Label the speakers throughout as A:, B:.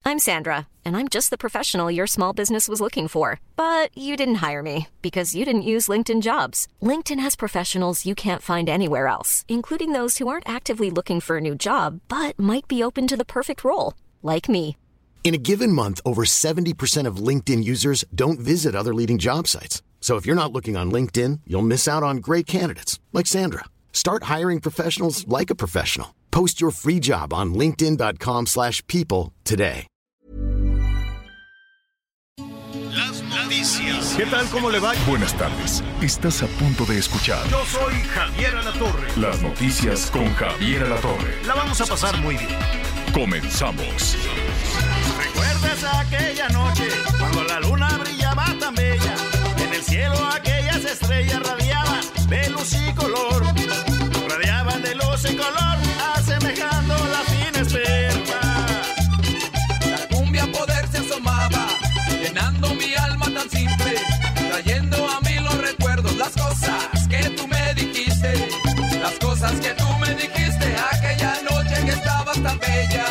A: I'm Sandra, and I'm just the professional your small business was looking for. But you didn't hire me because you didn't use LinkedIn Jobs. LinkedIn has professionals you can't find anywhere else, including those who aren't actively looking for a new job, but might be open to the perfect role, like me.
B: In a given month, over 70% of LinkedIn users don't visit other leading job sites. So if you're not looking on LinkedIn, you'll miss out on great candidates like Sandra. Start hiring professionals like a professional. Post your free job on linkedin.com/people today.
C: Las noticias.
D: ¿Qué tal? ¿Cómo le va?
E: Buenas tardes. Estás a punto de escuchar.
D: Yo soy Javier Alatorre.
E: Las noticias con Javier Alatorre.
D: La vamos a pasar muy bien.
E: Comenzamos.
F: ¿Recuerdas aquella noche cuando la luna brillaba tan bella? En el cielo aquellas estrellas radiaban de luz y color. Radiaban de luz y color, asemejando la fina esperma.
G: La cumbia poder se asomaba, llenando mi alma tan simple, trayendo a mí los recuerdos, las cosas que tú me dijiste, las cosas que tú me dijiste, aquella noche que estabas tan bella.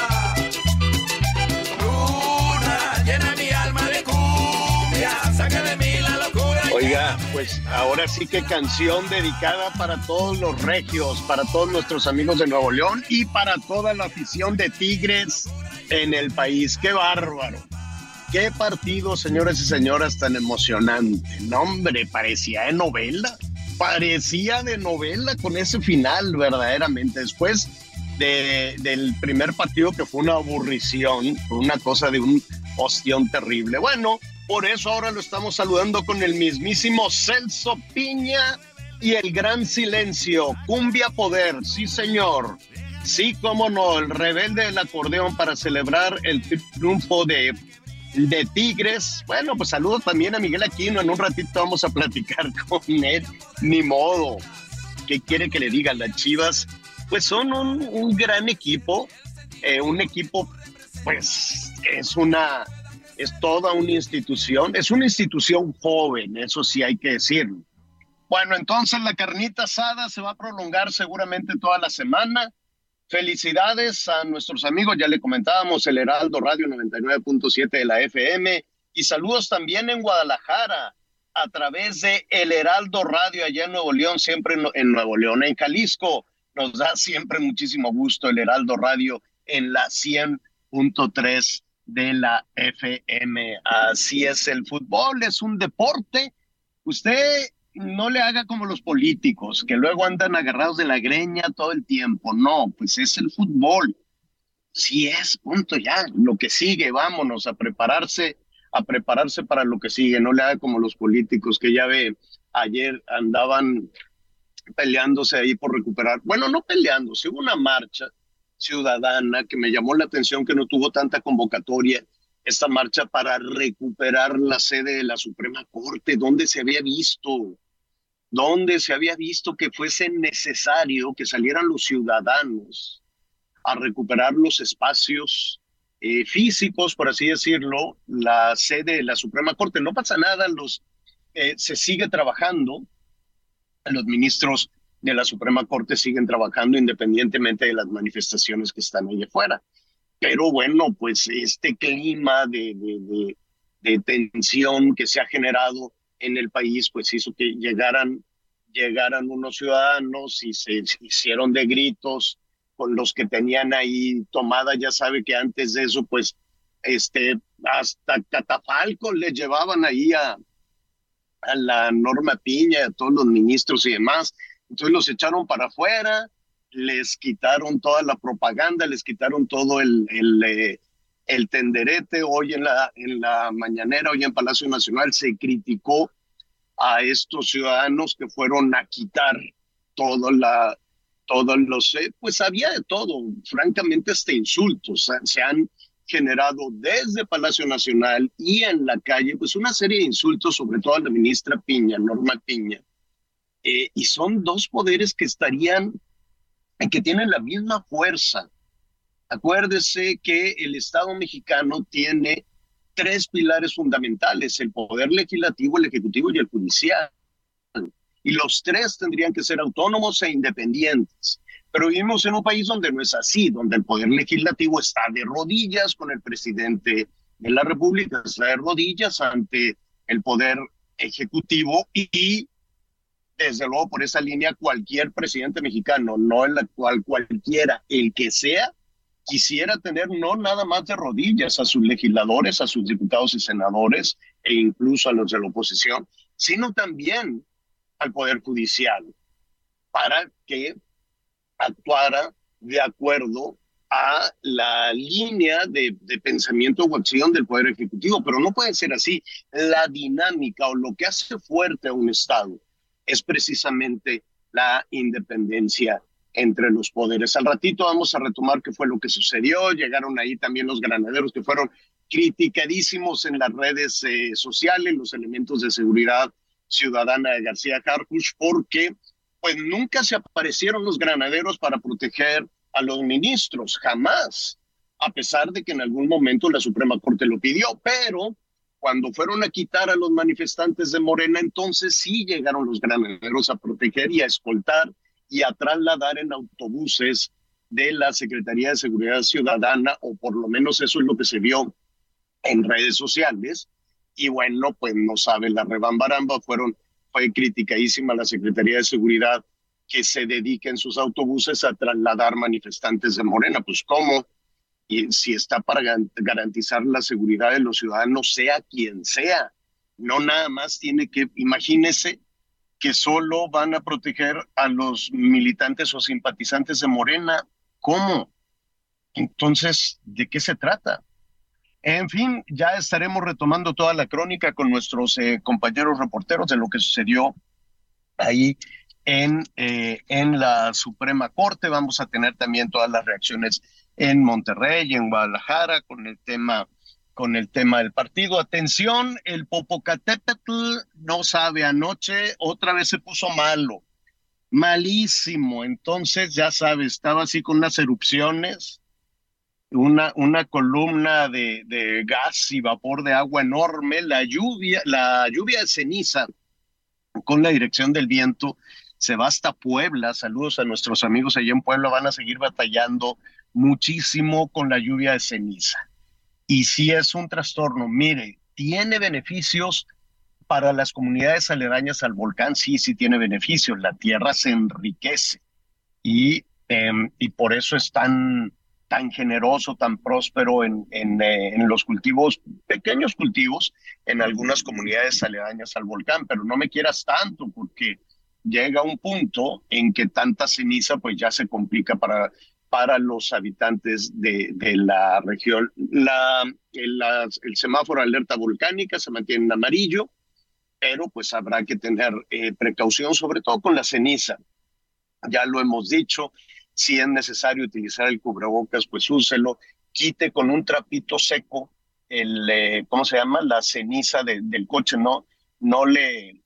G: Luna, llena mi alma de cumbia, saca de mí la locura.
C: Oiga, pues ahora sí que canción dedicada para todos los regios, para todos nuestros amigos de Nuevo León y para toda la afición de Tigres en el país. ¡Qué bárbaro! ¡Qué partido, señores y señoras, tan emocionante! No, hombre, parecía de novela. Parecía de novela con ese final, verdaderamente. Después del primer partido, que fue una aburrición, fue una cosa de un ostión terrible. Bueno, por eso ahora lo estamos saludando con el mismísimo Celso Piña y el gran silencio. Cumbia Poder, sí señor. Sí, cómo no, el rebelde del acordeón para celebrar el triunfo de Tigres. Bueno, pues saludo también a Miguel Aquino. En un ratito vamos a platicar con él. Ni modo. ¿Qué quiere que le diga? Las Chivas, pues son un gran equipo. Un equipo, pues, es toda una institución. Es una institución joven, eso sí hay que decirlo. Bueno, entonces la carnita asada se va a prolongar seguramente toda la semana. Felicidades a nuestros amigos, ya le comentábamos, el Heraldo Radio 99.7 de la FM, y saludos también en Guadalajara, a través de el Heraldo Radio allá en Nuevo León, siempre en Nuevo León, en Jalisco. Nos da siempre muchísimo gusto el Heraldo Radio en la 100.3 de la FM. Así es, el fútbol es un deporte. Usted no le haga como los políticos, que luego andan agarrados de la greña todo el tiempo. No, pues es el fútbol. Sí es, punto ya. Lo que sigue, vámonos a prepararse para lo que sigue. No le haga como los políticos que ya ve, ayer andaban peleándose ahí por recuperar. Bueno, no peleándose, hubo una marcha ciudadana que me llamó la atención, que no tuvo tanta convocatoria. Esta marcha para recuperar la sede de la Suprema Corte. ¿Dónde se había visto que fuese necesario que salieran los ciudadanos a recuperar los espacios físicos, por así decirlo, la sede de la Suprema Corte? No pasa nada, se sigue trabajando, los ministros de la Suprema Corte siguen trabajando independientemente de las manifestaciones que están allá afuera. Pero bueno, pues este clima de tensión que se ha generado en el país, pues hizo que llegaran unos ciudadanos y se hicieron de gritos con los que tenían ahí tomada. Ya sabe que antes de eso, pues, hasta catafalcos les llevaban ahí a la Norma Piña, a todos los ministros y demás. Entonces los echaron para afuera, les quitaron toda la propaganda, les quitaron todo el tenderete. Hoy en la mañanera, hoy en Palacio Nacional, se criticó a estos ciudadanos que fueron a quitar pues había de todo, francamente hasta insultos. Se han generado desde Palacio Nacional y en la calle, pues una serie de insultos, sobre todo a la ministra Piña, Norma Piña. Y son dos poderes que tienen la misma fuerza. Acuérdese que el Estado mexicano tiene tres pilares fundamentales: el poder legislativo, el ejecutivo y el judicial. Y los tres tendrían que ser autónomos e independientes. Pero vivimos en un país donde no es así, donde el poder legislativo está de rodillas con el presidente de la República, está de rodillas ante el poder ejecutivo y desde luego por esa línea cualquier presidente mexicano, no el actual, cualquiera, el que sea, quisiera tener no nada más de rodillas a sus legisladores, a sus diputados y senadores e incluso a los de la oposición, sino también al Poder Judicial para que actuara de acuerdo a la línea de pensamiento o acción del Poder Ejecutivo, pero no puede ser así. La dinámica o lo que hace fuerte a un Estado es precisamente la independencia entre los poderes. Al ratito vamos a retomar qué fue lo que sucedió. Llegaron ahí también los granaderos que fueron criticadísimos en las redes sociales, los elementos de seguridad ciudadana de García Harfuch, porque pues nunca se aparecieron los granaderos para proteger a los ministros, jamás, a pesar de que en algún momento la Suprema Corte lo pidió, pero cuando fueron a quitar a los manifestantes de Morena, entonces sí llegaron los granaderos a proteger y a escoltar y a trasladar en autobuses de la Secretaría de Seguridad Ciudadana, o por lo menos eso es lo que se vio en redes sociales. Y bueno, pues no sabe la rebambaramba, fue criticadísima la Secretaría de Seguridad que se dedica en sus autobuses a trasladar manifestantes de Morena. Pues ¿cómo? Y si está para garantizar la seguridad de los ciudadanos, sea quien sea, no nada más tiene que, imagínese que solo van a proteger a los militantes o simpatizantes de Morena. ¿Cómo? Entonces, ¿de qué se trata? En fin, ya estaremos retomando toda la crónica con nuestros compañeros reporteros de lo que sucedió ahí en la Suprema Corte. Vamos a tener también todas las reacciones en Monterrey, en Guadalajara, con el tema del partido. Atención, el Popocatépetl no sabe, anoche otra vez se puso malísimo. Entonces, ya sabe, estaba así con unas erupciones, una columna de gas y vapor de agua enorme, la lluvia de ceniza con la dirección del viento se va hasta Puebla. Saludos a nuestros amigos allá en Puebla, van a seguir batallando muchísimo con la lluvia de ceniza. Y sí es un trastorno. Mire, tiene beneficios para las comunidades aledañas al volcán, sí tiene beneficios. La tierra se enriquece y por eso es tan generoso, tan próspero en los cultivos, pequeños cultivos, en algunas comunidades aledañas al volcán. Pero no me quieras tanto, porque llega un punto en que tanta ceniza pues ya se complica para los habitantes de la región. El semáforo de alerta volcánica se mantiene en amarillo, pero pues habrá que tener precaución, sobre todo con la ceniza. Ya lo hemos dicho, si es necesario utilizar el cubrebocas, pues úselo, quite con un trapito seco ¿cómo se llama? La ceniza del coche, no le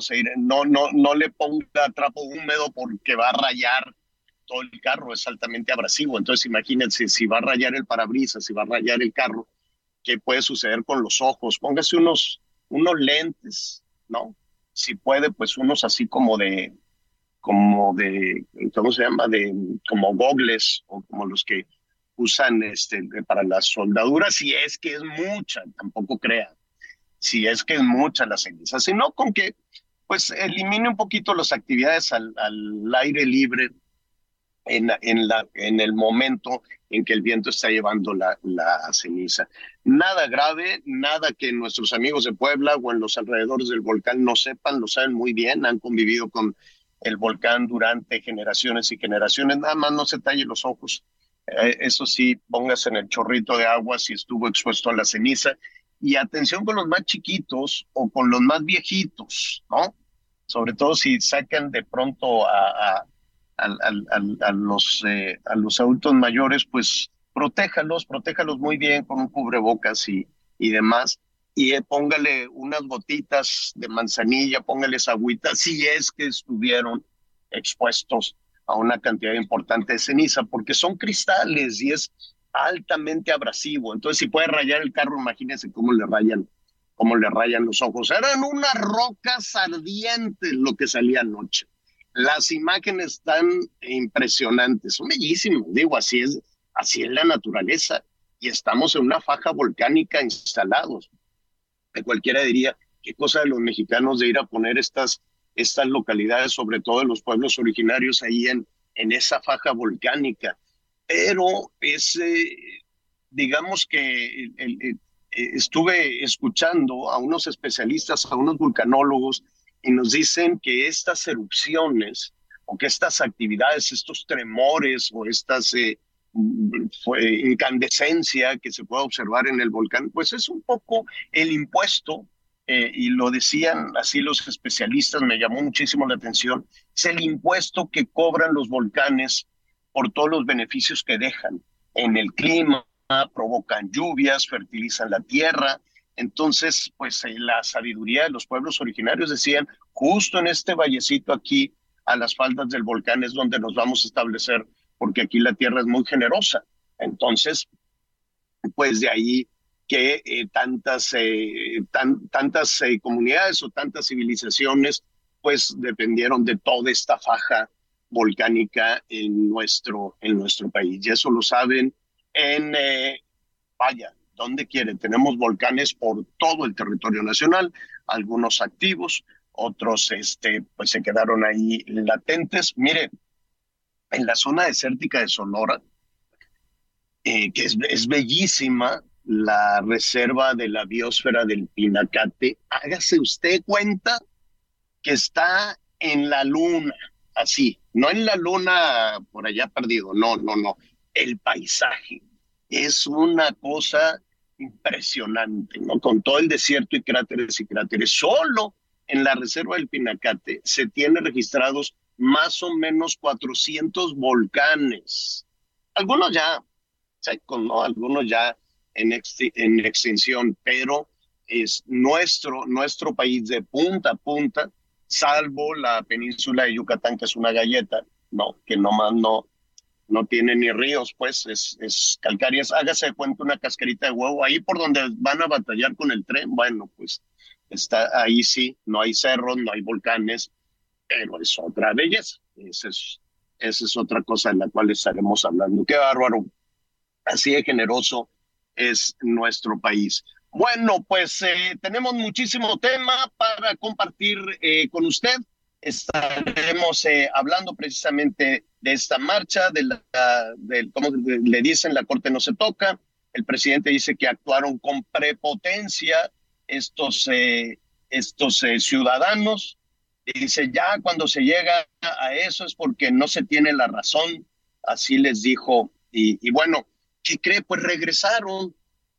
C: ponga trapo húmedo porque va a rayar todo el carro, es altamente abrasivo. Entonces imagínense, si va a rayar el parabrisas, si va a rayar el carro, ¿qué puede suceder con los ojos? Póngase unos lentes, ¿no? Si puede, pues unos así como de, ¿cómo se llama? Como gogles, o como los que usan para las soldaduras, si es que es mucha, tampoco crea, si es que es mucha la ceniza, sino con que pues elimine un poquito las actividades al aire libre en el momento en que el viento está llevando la ceniza. Nada grave, nada que nuestros amigos de Puebla o en los alrededores del volcán no sepan, lo saben muy bien, han convivido con el volcán durante generaciones y generaciones. Nada más no se talle los ojos. Eso sí, póngase en el chorrito de agua si estuvo expuesto a la ceniza. Y atención con los más chiquitos o con los más viejitos, ¿no? Sobre todo si sacan de pronto a los adultos mayores, pues protéjalos muy bien con un cubrebocas y demás. Y póngale unas gotitas de manzanilla, póngales agüita, si es que estuvieron expuestos a una cantidad importante de ceniza, porque son cristales y es altamente abrasivo. Entonces, si puede rayar el carro, imagínense cómo le rayan los ojos. Eran unas rocas ardientes lo que salía anoche. Las imágenes están impresionantes, son bellísimas, digo, así es la naturaleza, y estamos en una faja volcánica instalados. Cualquiera diría, qué cosa de los mexicanos de ir a poner estas localidades, sobre todo en los pueblos originarios, ahí en esa faja volcánica. Pero digamos que estuve escuchando a unos especialistas, a unos vulcanólogos, y nos dicen que estas erupciones o que estas actividades, estos tremores o estas incandescencia que se puede observar en el volcán, pues es un poco el impuesto, y lo decían así los especialistas, me llamó muchísimo la atención, es el impuesto que cobran los volcanes por todos los beneficios que dejan en el clima, provocan lluvias, fertilizan la tierra. Entonces, pues la sabiduría de los pueblos originarios decían, justo en este vallecito aquí, a las faldas del volcán es donde nos vamos a establecer, porque aquí la tierra es muy generosa. Entonces, pues de ahí que tantas comunidades o tantas civilizaciones pues dependieron de toda esta faja volcánica en nuestro país. Y eso lo saben vaya, donde quieren. Tenemos volcanes por todo el territorio nacional, algunos activos, otros pues se quedaron ahí latentes. Mire, en la zona desértica de Sonora, que es bellísima, la reserva de la biosfera del Pinacate, hágase usted cuenta que está en la luna, así, no en la luna por allá perdido, no, el paisaje es una cosa impresionante, ¿no? Con todo el desierto y cráteres, solo en la reserva del Pinacate se tienen registrados más o menos 400 volcanes, algunos ya secos, ¿no? Algunos ya en extinción, pero es nuestro país de punta a punta, salvo la península de Yucatán, que es una galleta, no, que nomás no tiene ni ríos, pues es calcáreas. Hágase de cuenta una cascarita de huevo, ahí por donde van a batallar con el tren, bueno, pues está ahí, sí, no hay cerros, no hay volcanes, pero es otra belleza. Esa es otra cosa de la cual estaremos hablando. Qué bárbaro, así de generoso es nuestro país. Bueno, pues tenemos muchísimo tema para compartir con usted. Estaremos hablando precisamente de esta marcha, como le dicen, la Corte no se toca. El presidente dice que actuaron con prepotencia estos ciudadanos. Dice, ya cuando se llega a eso es porque no se tiene la razón, así les dijo. Y bueno, ¿qué cree? Pues regresaron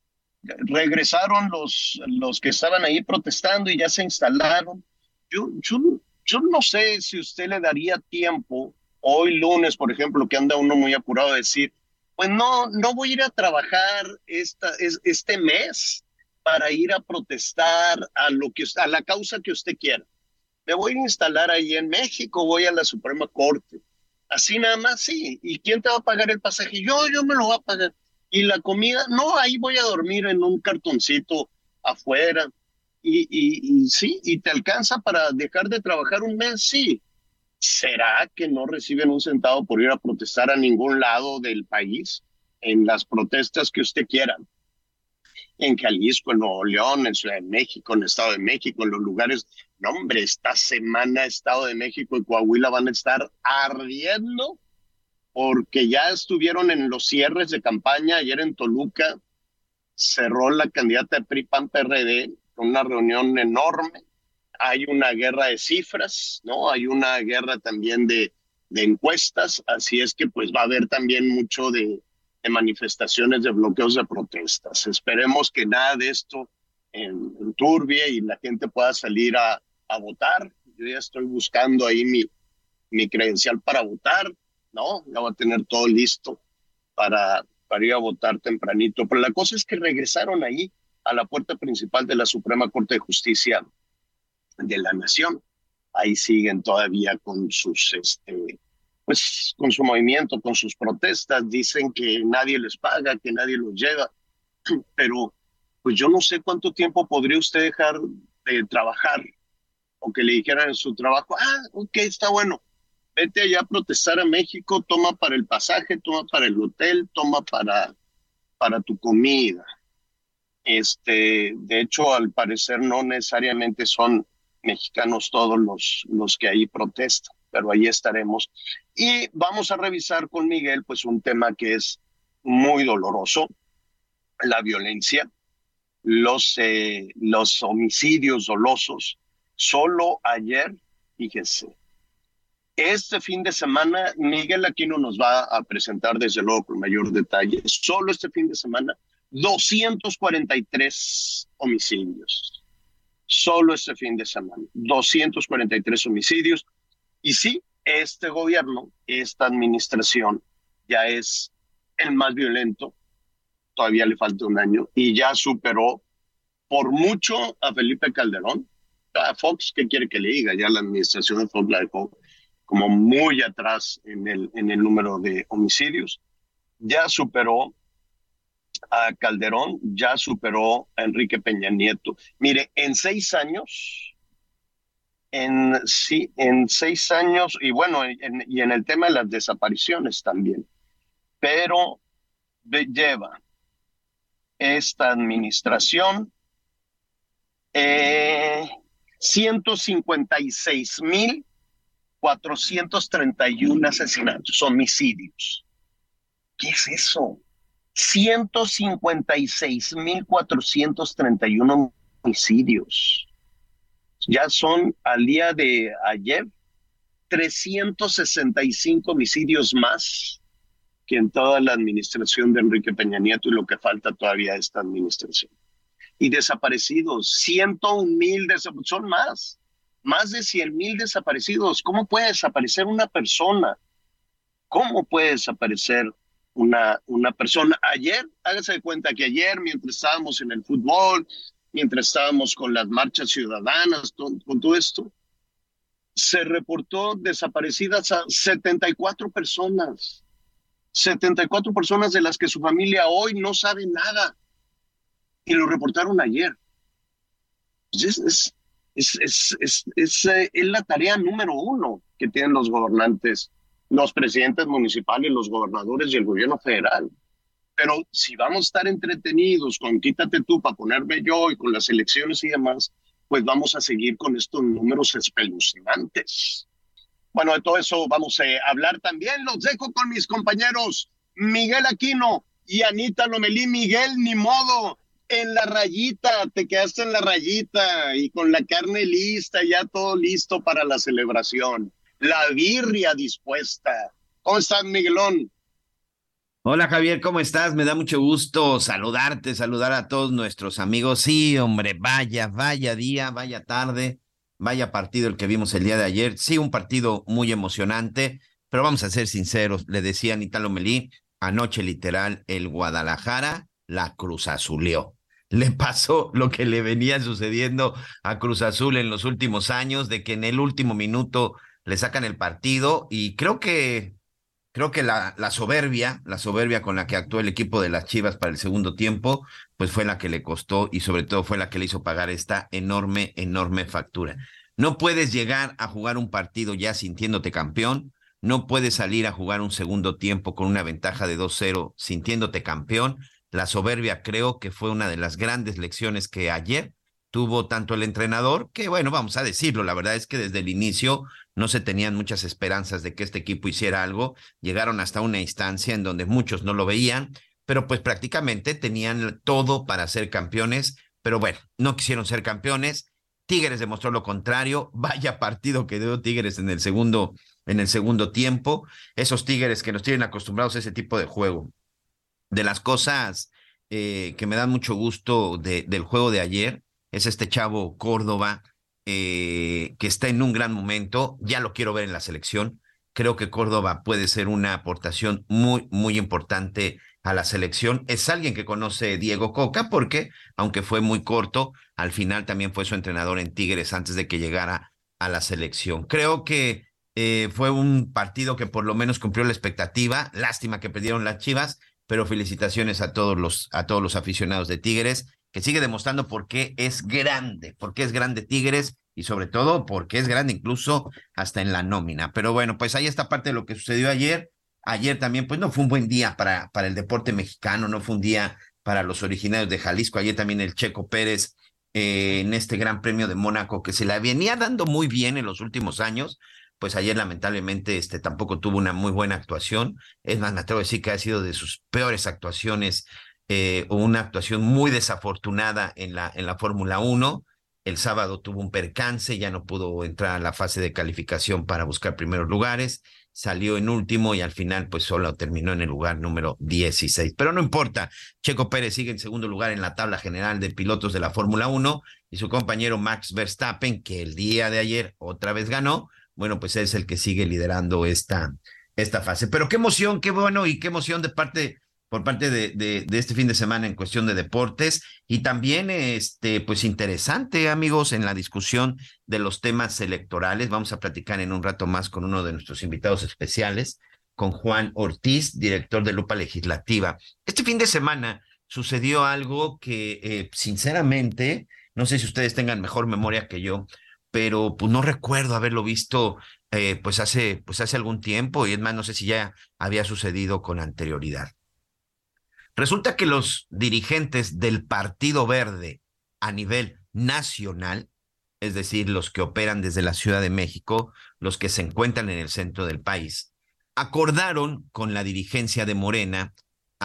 C: los que estaban ahí protestando y ya se instalaron. Yo no sé si usted le daría tiempo, hoy lunes, por ejemplo, que anda uno muy apurado, a decir, pues no voy a ir a trabajar este mes para ir a protestar a la causa que usted quiera. Me voy a instalar ahí en México, voy a la Suprema Corte. Así nada más, sí. ¿Y quién te va a pagar el pasaje? Yo me lo voy a pagar. ¿Y la comida? No, ahí voy a dormir en un cartoncito afuera. Y sí, ¿y te alcanza para dejar de trabajar un mes? Sí. ¿Será que no reciben un centavo por ir a protestar a ningún lado del país? En las protestas que usted quiera. En Jalisco, en Nuevo León, en Ciudad de México, en Estado de México, en los lugares. No, hombre, esta semana Estado de México y Coahuila van a estar ardiendo porque ya estuvieron en los cierres de campaña. Ayer en Toluca cerró la candidata de PRI-PAN-PRD con una reunión enorme. Hay una guerra de cifras, ¿no? Hay una guerra también de encuestas, así es que pues va a haber también mucho de manifestaciones, de bloqueos, de protestas. Esperemos que nada de esto enturbie y la gente pueda salir a votar. Yo ya estoy buscando ahí mi credencial para votar, ¿no? Ya voy a tener todo listo para ir a votar tempranito. Pero la cosa es que regresaron ahí a la puerta principal de la Suprema Corte de Justicia de la Nación. Ahí siguen todavía con pues con su movimiento, con sus protestas. Dicen que nadie les paga, que nadie los lleva. Pero pues yo no sé cuánto tiempo podría usted dejar de trabajar o que le dijeran en su trabajo, ok, está bueno, vete allá a protestar a México, toma para el pasaje, toma para el hotel, toma para tu comida. De hecho, al parecer no necesariamente son mexicanos todos los que ahí protestan, pero ahí estaremos. Y vamos a revisar con Miguel, pues, un tema que es muy doloroso: la violencia, los homicidios dolosos. Solo ayer, fíjese, este fin de semana, Miguel Aquino nos va a presentar desde luego con mayor detalle. Solo este fin de semana, 243 homicidios. Solo este fin de semana, 243 homicidios. Y sí, este gobierno, esta administración, ya es el más violento. Todavía le falta un año y ya superó por mucho a Felipe Calderón. A Fox, ¿qué quiere que le diga? Ya la administración de Fox la dejó como muy atrás en el número de homicidios. Ya superó a Calderón, ya superó a Enrique Peña Nieto. Mire, en 6 años, en 6 años, y bueno, y en el tema de las desapariciones también, pero lleva esta administración 156,431 asesinatos, homicidios. ¿Qué es eso? 156,431 homicidios. Ya son, al día de ayer, 365 homicidios más que en toda la administración de Enrique Peña Nieto y lo que falta todavía de esta administración. Y desaparecidos, 101,000 son más de 100,000 desaparecidos. ¿Cómo puede desaparecer una persona? ¿Cómo puede desaparecer una persona? Ayer, hágase de cuenta que ayer, mientras estábamos en el fútbol, mientras estábamos con las marchas ciudadanas, con todo esto, se reportó desaparecidas a 74 personas. 74 personas de las que su familia hoy no sabe nada. Y lo reportaron ayer. Es la tarea número 1 que tienen los gobernantes, los presidentes municipales, los gobernadores y el gobierno federal. Pero si vamos a estar entretenidos con quítate tú para ponerme yo y con las elecciones y demás, pues vamos a seguir con estos números espeluznantes. Bueno, de todo eso vamos a hablar también. Los dejo con mis compañeros Miguel Aquino y Anita Lomelí. Miguel, ni modo, en la rayita, te quedaste en la rayita y con la carne lista, ya todo listo para la celebración. La birria dispuesta. ¿Cómo estás, Miguelón?
H: Hola Javier, ¿cómo estás? Me da mucho gusto saludarte, saludar a todos nuestros amigos. Sí, hombre, vaya día, vaya tarde, vaya partido el que vimos el día de ayer. Sí, un partido muy emocionante, pero vamos a ser sinceros, le decía Anita Lomelí, anoche literal el Guadalajara la cruzazuleó. Le pasó lo que le venía sucediendo a Cruz Azul en los últimos años, de que en el último minuto le sacan el partido, y creo que la soberbia con la que actuó el equipo de las Chivas para el segundo tiempo, pues fue la que le costó y sobre todo fue la que le hizo pagar esta enorme factura. No puedes llegar a jugar un partido ya sintiéndote campeón, no puedes salir a jugar un segundo tiempo con una ventaja de 2-0 sintiéndote campeón. La soberbia creo que fue una de las grandes lecciones que ayer tuvo tanto el entrenador, que bueno, vamos a decirlo, la verdad es que desde el inicio no se tenían muchas esperanzas de que este equipo hiciera algo. Llegaron hasta una instancia en donde muchos no lo veían, pero pues prácticamente tenían todo para ser campeones, pero bueno, no quisieron ser campeones. Tigres demostró lo contrario. Vaya partido que dio Tigres en el segundo tiempo. Esos Tigres que nos tienen acostumbrados a ese tipo de juego. De las cosas que me dan mucho gusto del juego de ayer es este chavo Córdoba, que está en un gran momento. Ya lo quiero ver en la selección. Creo que Córdoba puede ser una aportación muy importante a la selección. Es alguien que conoce Diego Coca, porque aunque fue muy corto, al final también fue su entrenador en Tigres antes de que llegara a la selección. Creo que fue un partido que por lo menos cumplió la expectativa. Lástima que perdieron las Chivas, pero felicitaciones a todos los aficionados de Tigres, que sigue demostrando por qué es grande Tigres, y sobre todo porque es grande incluso hasta en la nómina. Pero bueno, pues ahí está parte de lo que sucedió ayer. Ayer también, pues no fue un buen día para el deporte mexicano, no fue un día para los originarios de Jalisco. Ayer también el Checo Pérez en este Gran Premio de Mónaco, que se le venía dando muy bien en los últimos años, pues ayer lamentablemente tampoco tuvo una muy buena actuación. Es más, me atrevo a decir que ha sido de sus peores actuaciones, o una actuación muy desafortunada en la Fórmula 1. El sábado tuvo un percance, ya no pudo entrar a la fase de calificación para buscar primeros lugares, salió en último y al final pues solo terminó en el lugar número 16. Pero no importa, Checo Pérez sigue en segundo lugar en la tabla general de pilotos de la Fórmula 1 y su compañero Max Verstappen, que el día de ayer otra vez ganó, bueno, pues es el que sigue liderando esta fase. Pero qué emoción, qué bueno y qué emoción por parte de este fin de semana en cuestión de deportes, y también pues interesante, amigos, en la discusión de los temas electorales. Vamos a platicar en un rato más con uno de nuestros invitados especiales, con Juan Ortiz, director de Lupa Legislativa. Este fin de semana sucedió algo que sinceramente, no sé si ustedes tengan mejor memoria que yo, pero pues no recuerdo haberlo visto pues hace algún tiempo, y es más, no sé si ya había sucedido con anterioridad. Resulta que los dirigentes del Partido Verde a nivel nacional, es decir, los que operan desde la Ciudad de México, los que se encuentran en el centro del país, acordaron con la dirigencia de Morena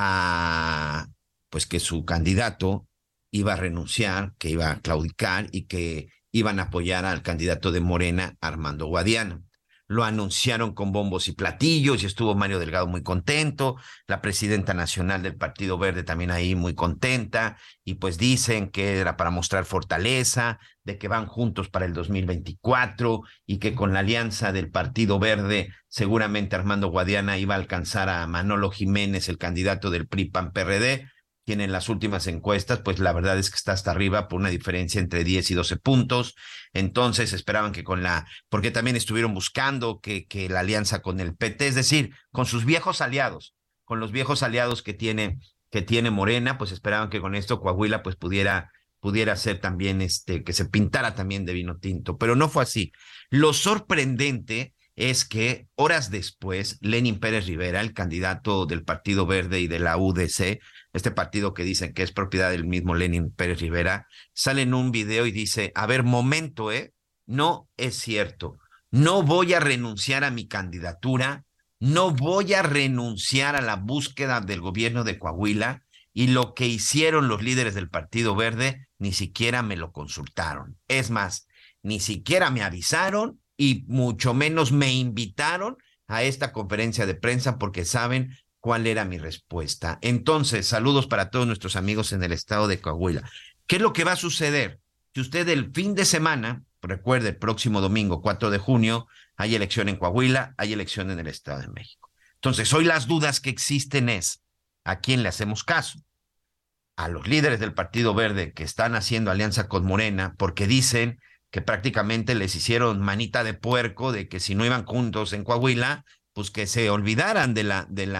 H: pues que su candidato iba a renunciar, que iba a claudicar y que iban a apoyar al candidato de Morena, Armando Guadiana. Lo anunciaron con bombos y platillos y estuvo Mario Delgado muy contento, la presidenta nacional del Partido Verde también ahí muy contenta, y pues dicen que era para mostrar fortaleza, de que van juntos para el 2024 y que con la alianza del Partido Verde seguramente Armando Guadiana iba a alcanzar a Manolo Jiménez, el candidato del PRI-PAN-PRD, quien en las últimas encuestas, pues la verdad es que está hasta arriba por una diferencia entre 10 y 12 puntos. Entonces esperaban que porque también estuvieron buscando que la alianza con el PT, es decir, con sus viejos aliados, con los viejos aliados que tiene Morena, pues esperaban que con esto Coahuila pues pudiera ser también que se pintara también de vino tinto, pero no fue así. Lo sorprendente es que horas después, Lenín Pérez Rivera, el candidato del Partido Verde y de la UDC, este partido que dicen que es propiedad del mismo Lenín Pérez Rivera, sale en un video y dice, a ver, momento, no es cierto, no voy a renunciar a mi candidatura, no voy a renunciar a la búsqueda del gobierno de Coahuila, y lo que hicieron los líderes del Partido Verde ni siquiera me lo consultaron. Es más, ni siquiera me avisaron y mucho menos me invitaron a esta conferencia de prensa porque saben cuál era mi respuesta. Entonces, saludos para todos nuestros amigos en el estado de Coahuila. ¿Qué es lo que va a suceder? Si usted el fin de semana, recuerde, el próximo domingo, 4 de junio, hay elección en Coahuila, hay elección en el Estado de México. Entonces, hoy las dudas que existen es, ¿a quién le hacemos caso? A los líderes del Partido Verde que están haciendo alianza con Morena porque dicen que prácticamente les hicieron manita de puerco de que si no iban juntos en Coahuila, pues que se olvidaran de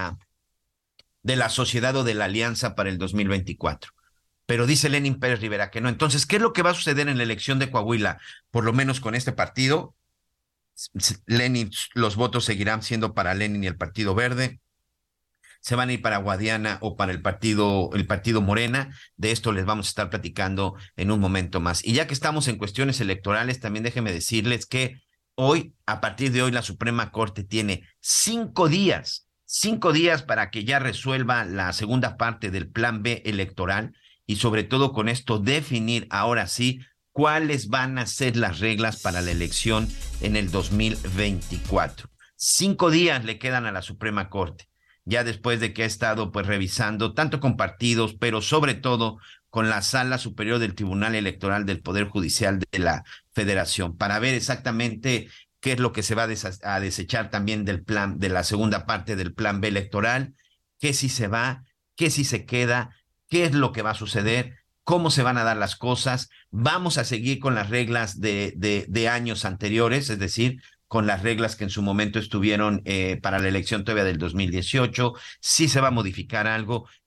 H: la sociedad o de la alianza para el 2024. Pero dice Lenín Pérez Rivera que no. Entonces, ¿qué es lo que va a suceder en la elección de Coahuila? Por lo menos con este partido, Lenín, los votos seguirán siendo para Lenín y el Partido Verde. Se van a ir para Guadiana o para el partido Morena. De esto les vamos a estar platicando en un momento más. Y ya que estamos en cuestiones electorales, también déjenme decirles que hoy, a partir de hoy, la Suprema Corte tiene 5 días para que ya resuelva la segunda parte del Plan B electoral y sobre todo con esto definir ahora sí cuáles van a ser las reglas para la elección en el 2024. 5 días le quedan a la Suprema Corte, ya después de que ha estado pues revisando tanto con partidos, pero sobre todo con la Sala Superior del Tribunal Electoral del Poder Judicial de la Federación, para ver exactamente qué es lo que se va a desechar también del plan, de la segunda parte del Plan B electoral, qué sí se va, qué sí se queda, qué es lo que va a suceder, cómo se van a dar las cosas. Vamos a seguir con las reglas de años anteriores, es decir, con las reglas que en su momento estuvieron para la elección todavía del 2018, sí se va a modificar algo.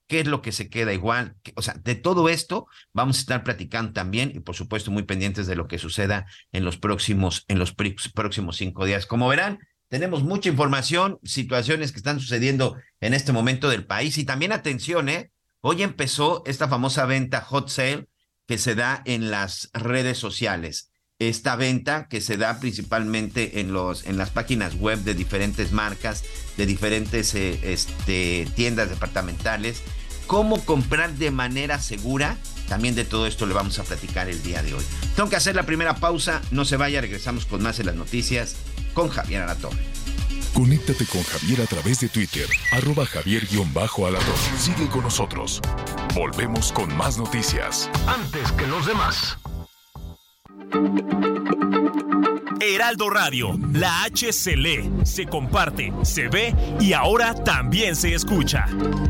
H: qué es lo que se queda igual, o sea, de todo esto vamos a estar platicando también y por supuesto muy pendientes de lo que suceda en los próximos 5 días. Como verán, tenemos mucha información, situaciones que están sucediendo en este momento del país y también atención, hoy empezó esta famosa venta hot sale que se da en las redes sociales. Esta venta que se da principalmente en las páginas web de diferentes marcas, de diferentes tiendas departamentales. Cómo comprar de manera segura. También de todo esto le vamos a platicar el día de hoy. Tengo que hacer la primera pausa. No se vaya, regresamos con más en las noticias con Javier Alatorre.
E: Conéctate con Javier a través de Twitter, @Javier_Alatorre. Sigue con nosotros. Volvemos con más noticias.
D: Antes que los demás.
I: Heraldo Radio, la H se lee, se comparte, se ve y ahora también se escucha.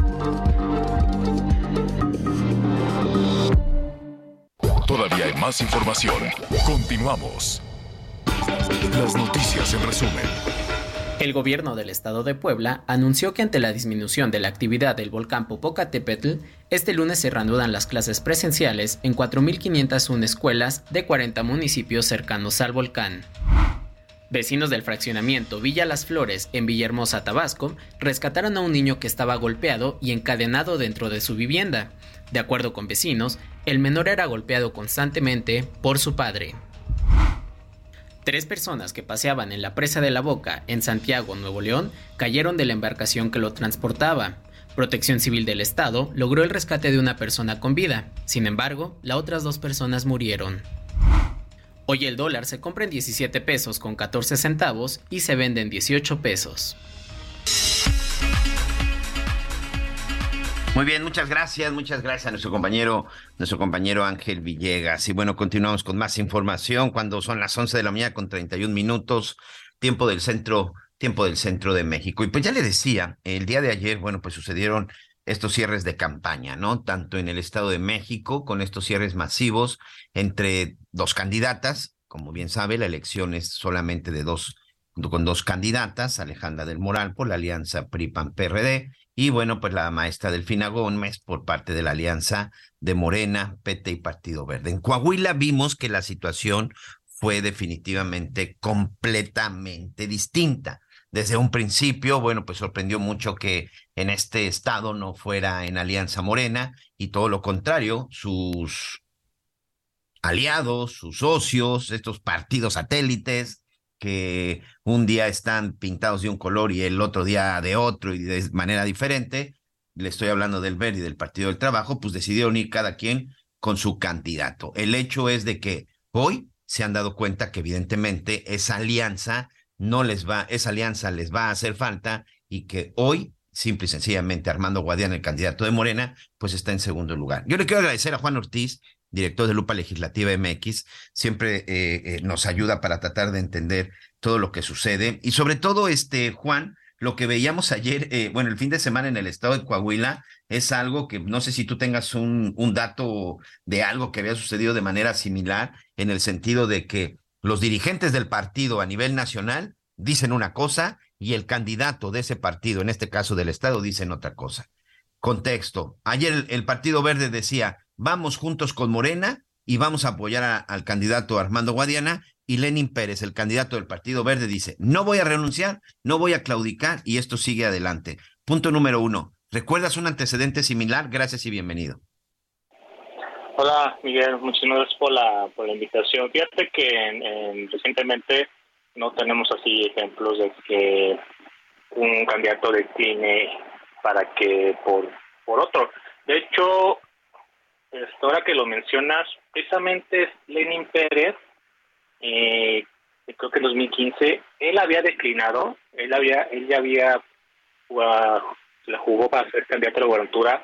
E: Todavía hay más información. Continuamos. Las noticias en resumen.
J: El gobierno del estado de Puebla anunció que ante la disminución de la actividad del volcán Popocatépetl, este lunes se reanudan las clases presenciales en 4.501 escuelas de 40 municipios cercanos al volcán. Vecinos del fraccionamiento Villa Las Flores, en Villahermosa, Tabasco, rescataron a un niño que estaba golpeado y encadenado dentro de su vivienda. De acuerdo con vecinos, el menor era golpeado constantemente por su padre. 3 personas que paseaban en la presa de la Boca, en Santiago, Nuevo León, cayeron de la embarcación que lo transportaba. Protección Civil del Estado logró el rescate de una persona con vida. Sin embargo, las otras 2 personas murieron. Hoy el dólar se compra en 17 pesos con 14 centavos y se vende en 18 pesos.
H: Muy bien, muchas gracias a nuestro compañero Ángel Villegas. Y bueno, continuamos con más información cuando son las 11 de la mañana con 31 minutos, tiempo del centro de México. Y pues ya le decía, el día de ayer, bueno, pues sucedieron estos cierres de campaña, ¿no? Tanto en el Estado de México, con estos cierres masivos entre 2 candidatas. Como bien sabe, la elección es solamente con 2 candidatas, Alejandra del Moral por la alianza PRI-PAN-PRD, y bueno, pues la maestra Delfina Gómez por parte de la alianza de Morena, PT y Partido Verde. En Coahuila vimos que la situación fue definitivamente completamente distinta. Desde un principio, bueno, pues sorprendió mucho que en este estado no fuera en alianza Morena y todo lo contrario, sus aliados, sus socios, estos partidos satélites que un día están pintados de un color y el otro día de otro y de manera diferente, le estoy hablando del Verde y del Partido del Trabajo, pues decidieron ir cada quien con su candidato. El hecho es de que hoy se han dado cuenta que evidentemente esa alianza les va a hacer falta y que hoy, simple y sencillamente, Armando Guadiana, el candidato de Morena, pues está en segundo lugar. Yo le quiero agradecer a Juan Ortiz, director de Lupa Legislativa MX, siempre nos ayuda para tratar de entender todo lo que sucede. Y sobre todo, Juan, lo que veíamos ayer, el fin de semana en el estado de Coahuila, es algo que no sé si tú tengas un dato de algo que había sucedido de manera similar, en el sentido de que los dirigentes del partido a nivel nacional dicen una cosa y el candidato de ese partido, en este caso del estado, dicen otra cosa. Contexto. Ayer el Partido Verde decía, vamos juntos con Morena y vamos a apoyar al candidato Armando Guadiana, y Lenín Pérez, el candidato del Partido Verde, dice, no voy a renunciar, no voy a claudicar y esto sigue adelante. Punto número 1. ¿Recuerdas un antecedente similar? Gracias y bienvenido.
K: Hola, Miguel, muchas gracias por la invitación. Fíjate que recientemente no tenemos así ejemplos de que un candidato decline para que por otro. De hecho, ahora que lo mencionas, precisamente es Lenín Pérez, creo que en 2015, él había declinado, él ya había la jugó para ser candidato a la gubernatura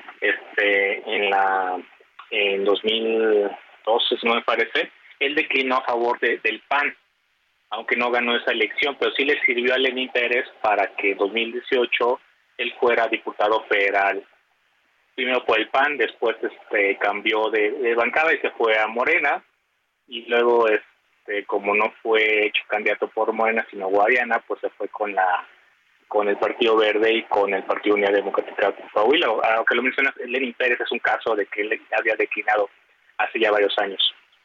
K: en 2012, si no me parece. Él declinó a favor del PAN, aunque no ganó esa elección, pero sí le sirvió a Lenín Pérez para que en 2018 él fuera diputado federal, primero por el PAN, después cambió de bancada y se fue a Morena, y luego como no fue hecho candidato por Morena sino Guadiana, pues se fue con la con el Partido Verde y con el Partido Unidad Democrática de Coahuila. Aunque lo mencionas, Lenin Pérez es un caso de que él había declinado hace ya varios años.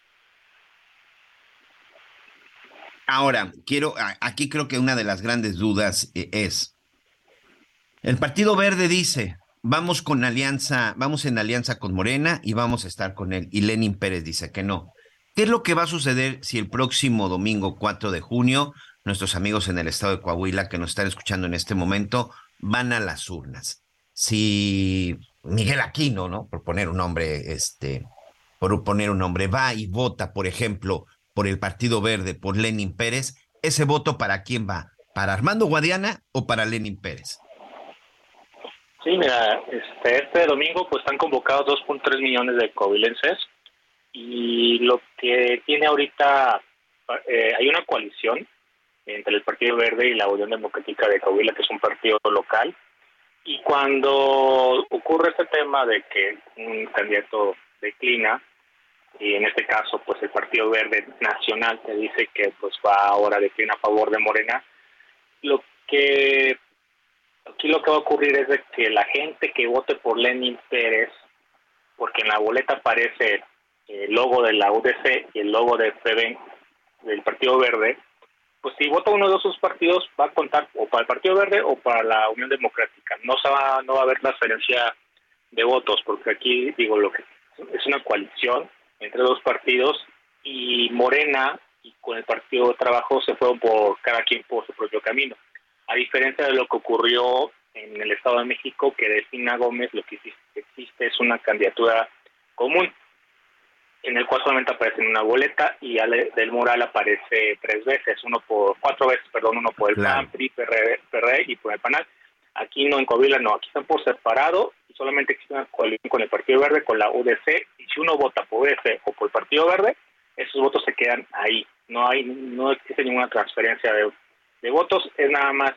H: Ahora, aquí creo que una de las grandes dudas es, el Partido Verde dice, vamos en alianza con Morena y vamos a estar con él, y Lenin Pérez dice que no. ¿Qué es lo que va a suceder si el próximo domingo 4 de junio nuestros amigos en el estado de Coahuila que nos están escuchando en este momento van a las urnas? Si Miguel Aquino, ¿no? Por poner un nombre, va y vota, por ejemplo, por el Partido Verde, por Lenin Pérez, ¿ese voto para quién va? ¿Para Armando Guadiana o para Lenin Pérez?
K: Sí, mira, este domingo pues están convocados 2.3 millones de coahuilenses, y lo que tiene ahorita, hay una coalición entre el Partido Verde y la Unión Democrática de Coahuila, que es un partido local, y cuando ocurre este tema de que un candidato declina, y en este caso pues el Partido Verde Nacional te dice que pues va ahora declina a favor de Morena, aquí lo que va a ocurrir es de que la gente que vote por Lenin Pérez, porque en la boleta aparece el logo de la UDC y el logo de PV, del Partido Verde, pues si vota uno de esos partidos va a contar o para el Partido Verde o para la Unión Democrática. No va a haber transferencia de votos, porque aquí digo lo que es una coalición entre dos partidos, y Morena y con el Partido de Trabajo se fueron por cada quien por su propio camino. A diferencia de lo que ocurrió en el Estado de México, que Delfina Gómez lo que existe es una candidatura común, en el cual solamente aparece en una boleta, y Ale del Moral aparece 3 veces, 4 veces, uno por el PAN, PRI, PRD y por el PANAL. Aquí no, en Coahuila no, aquí están por separado, y solamente existe una coalición con el Partido Verde, con la UDC, y si uno vota por UDC o por el Partido Verde, esos votos se quedan ahí, no existe ninguna transferencia de votos, es nada más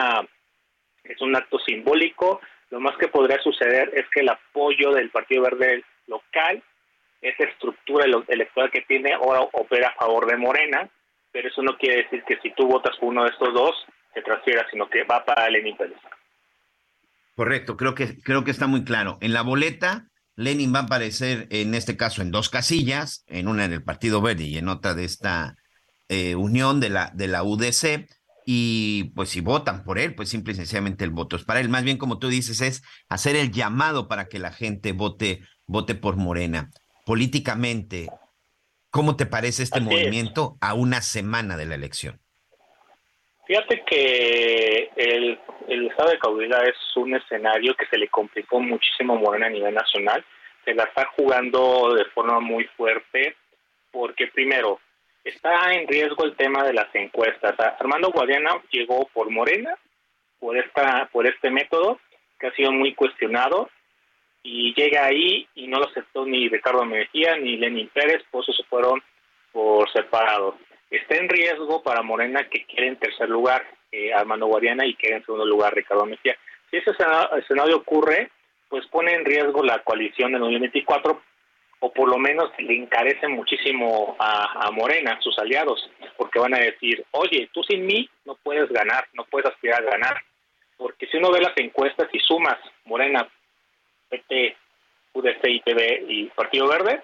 K: es un acto simbólico. Lo más que podría suceder es que el apoyo del Partido Verde local, esa estructura electoral que tiene, ahora opera a favor de Morena, pero eso no quiere decir que si tú votas por uno de estos dos, se transfiera, sino que va para Lenin Pérez.
H: Correcto, creo que está muy claro. En la boleta, Lenin va a aparecer, en este caso, en 2 casillas, en una en el Partido Verde y en otra de esta unión de la UDC, y pues si votan por él, pues simple y sencillamente el voto es para él. Más bien, como tú dices, es hacer el llamado para que la gente vote por Morena. Políticamente, ¿cómo te parece este movimiento a una semana de la elección?
K: Fíjate que el estado de Coahuila es un escenario que se le complicó muchísimo a Morena a nivel nacional. Se la está jugando de forma muy fuerte porque, primero, está en riesgo el tema de las encuestas. Armando Guadiana llegó por Morena, por este método, que ha sido muy cuestionado, y llega ahí y no lo aceptó ni Ricardo Mejía ni Lenin Pérez, por eso se fueron por separado. Está en riesgo para Morena, que quiere en tercer lugar Armando Guadiana y quiere en segundo lugar Ricardo Mejía. Si ese escenario ocurre, pues pone en riesgo la coalición del 2024, o por lo menos le encarece muchísimo a Morena, sus aliados, porque van a decir, oye, tú sin mí no puedes ganar, no puedes aspirar a ganar, porque si uno ve las encuestas y sumas Morena, PT, UDC, ITV y Partido Verde,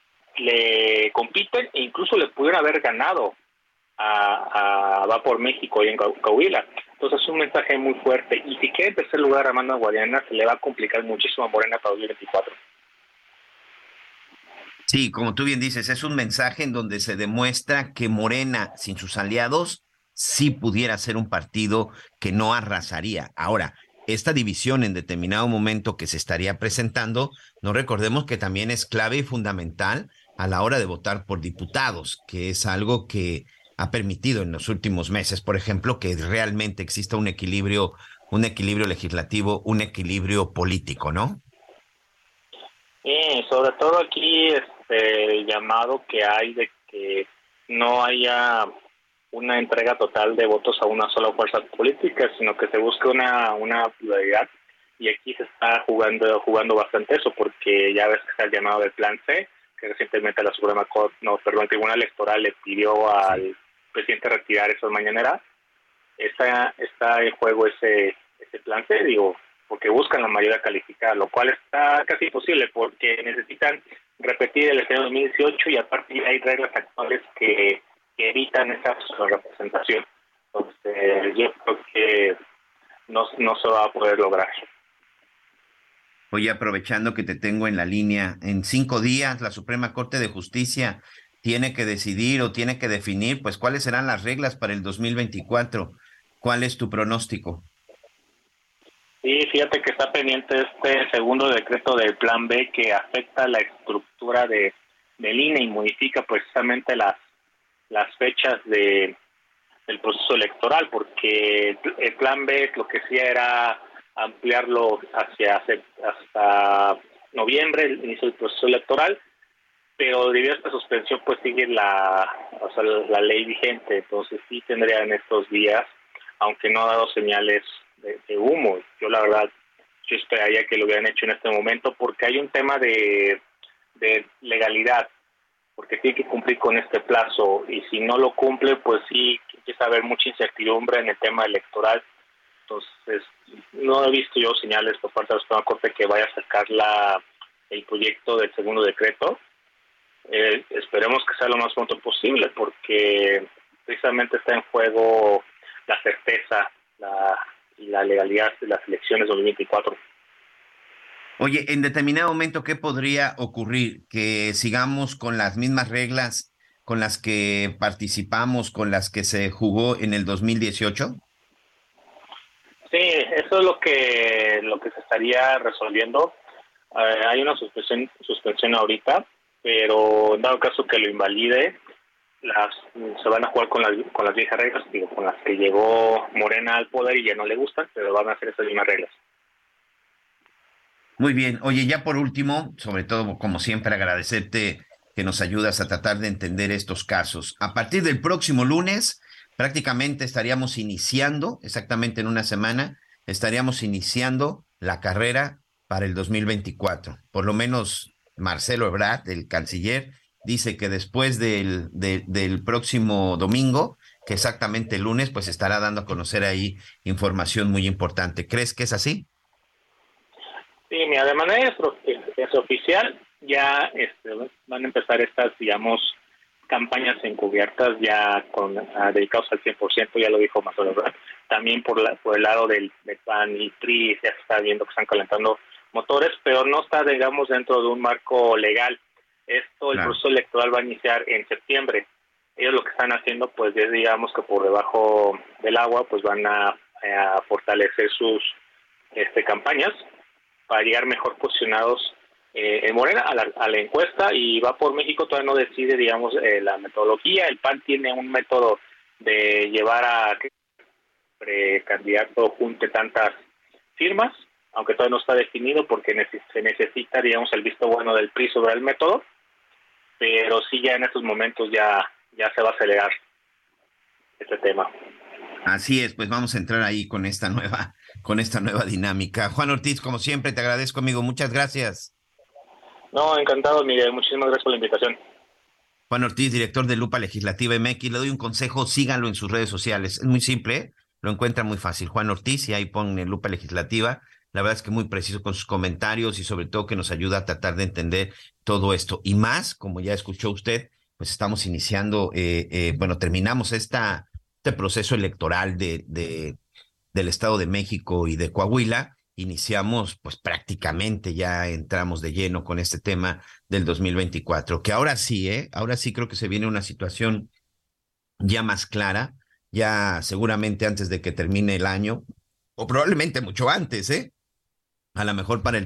K: le compiten e incluso le pudieron haber ganado a Va por México y en Coahuila. Entonces es un mensaje muy fuerte, y si quiere en tercer lugar Armando Guadiana, se le va a complicar muchísimo a Morena para 2024.
H: Sí, como tú bien dices, es un mensaje en donde se demuestra que Morena, sin sus aliados, sí pudiera ser un partido que no arrasaría. Ahora, esta división en determinado momento que se estaría presentando, no recordemos que también es clave y fundamental a la hora de votar por diputados, que es algo que ha permitido en los últimos meses, por ejemplo, que realmente exista un equilibrio legislativo, un equilibrio político, ¿no?
K: Sí, sobre todo aquí el llamado que hay de que no haya una entrega total de votos a una sola fuerza política, sino que se busque una pluralidad, y aquí se está jugando bastante eso, porque ya ves que está el llamado del Plan C, que recientemente la el Tribunal Electoral le pidió al presidente retirar esas mañaneras. está en juego ese plan C, digo, porque buscan la mayoría calificada, lo cual está casi imposible porque necesitan repetir el escenario 2018 y aparte hay reglas actuales que evitan esa representación. Entonces, yo creo que no se va a poder lograr.
H: Oye, aprovechando que te tengo en la línea, en 5 días la Suprema Corte de Justicia tiene que decidir o tiene que definir, pues, cuáles serán las reglas para el 2024. ¿Cuál es tu pronóstico?
K: Sí, fíjate que está pendiente este segundo decreto del Plan B que afecta la estructura del INE y modifica precisamente las fechas del proceso electoral, porque el Plan B lo que hacía era ampliarlo hasta noviembre, el inicio del proceso electoral, pero debido a esta suspensión pues sigue la ley vigente, entonces sí tendría en estos días, aunque no ha dado señales de humo. Yo la verdad, yo esperaría que lo hubieran hecho en este momento porque hay un tema de legalidad, porque tiene que cumplir con este plazo y si no lo cumple, pues sí empieza a haber mucha incertidumbre en el tema electoral. Entonces, no he visto yo señales por parte de la Suprema Corte que vaya a sacar el proyecto del segundo decreto. Esperemos que sea lo más pronto posible porque precisamente está en juego la certeza y la legalidad de las elecciones 2024.
H: Oye, en determinado momento, ¿qué podría ocurrir? ¿Que sigamos con las mismas reglas con las que participamos, con las que se jugó en el 2018?
K: Sí, eso es lo que se estaría resolviendo. Hay una suspensión ahorita, pero en dado caso que lo invalide, se van a jugar con las viejas reglas, digo, con las que llegó Morena al poder y ya no le gustan, pero van a hacer esas mismas reglas.
H: Muy bien. Oye, ya por último, sobre todo, como siempre, agradecerte que nos ayudas a tratar de entender estos casos. A partir del próximo lunes, prácticamente estaríamos iniciando, exactamente en una semana, estaríamos iniciando la carrera para el 2024. Por lo menos Marcelo Ebrard, el canciller, dice que después del próximo domingo, que exactamente el lunes, pues estará dando a conocer ahí información muy importante. ¿Crees que es así?
K: Sí, mira, de manera extraoficial ya van a empezar estas, digamos, campañas encubiertas ya dedicados al 100%, ya lo dijo Marcelo Ebrard. También por el lado del PAN y PRI ya se está viendo que están calentando motores, pero no está, digamos, dentro de un marco legal. El proceso electoral va a iniciar en septiembre. Ellos lo que están haciendo, pues, es, digamos, que por debajo del agua, pues van a fortalecer sus campañas para llegar mejor posicionados en Morena a la encuesta, y Va por México todavía no decide, digamos, la metodología. El PAN tiene un método de llevar a que el precandidato junte tantas firmas, aunque todavía no está definido porque se necesita, digamos, el visto bueno del PRI sobre el método, pero sí ya en estos momentos ya se va a acelerar este tema.
H: Así es, pues vamos a entrar ahí con esta nueva dinámica. Juan Ortiz, como siempre, te agradezco, amigo. Muchas gracias.
K: No, encantado, Miguel. Muchísimas gracias por la invitación.
H: Juan Ortiz, director de Lupa Legislativa MX. Le doy un consejo, síganlo en sus redes sociales. Es muy simple, ¿eh? Lo encuentran muy fácil. Juan Ortiz, y ahí ponen Lupa Legislativa. La verdad es que muy preciso con sus comentarios y sobre todo que nos ayuda a tratar de entender todo esto. Y más, como ya escuchó usted, pues estamos iniciando, terminamos este proceso electoral del Estado de México y de Coahuila. Iniciamos, pues prácticamente ya entramos de lleno con este tema del 2024, que ahora sí creo que se viene una situación ya más clara, ya seguramente antes de que termine el año, o probablemente mucho antes, a lo mejor para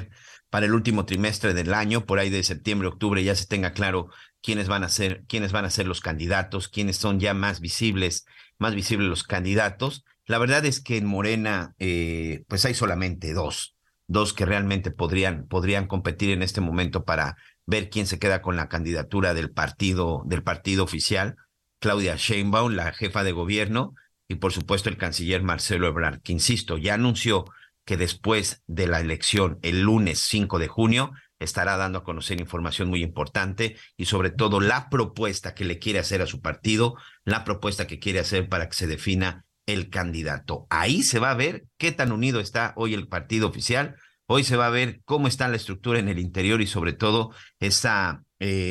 H: el último trimestre del año, por ahí de septiembre, octubre, ya se tenga claro quiénes van a ser los candidatos, quiénes son ya más visibles los candidatos. La verdad es que en Morena, pues hay solamente dos que realmente podrían competir en este momento para ver quién se queda con la candidatura del partido oficial: Claudia Sheinbaum, la jefa de gobierno, y por supuesto el canciller Marcelo Ebrard, que, insisto, ya anunció que después de la elección, el lunes 5 de junio, estará dando a conocer información muy importante y sobre todo la propuesta que le quiere hacer a su partido, la propuesta que quiere hacer para que se defina el candidato. Ahí se va a ver qué tan unido está hoy el partido oficial. Hoy se va a ver cómo está la estructura en el interior y sobre todo esa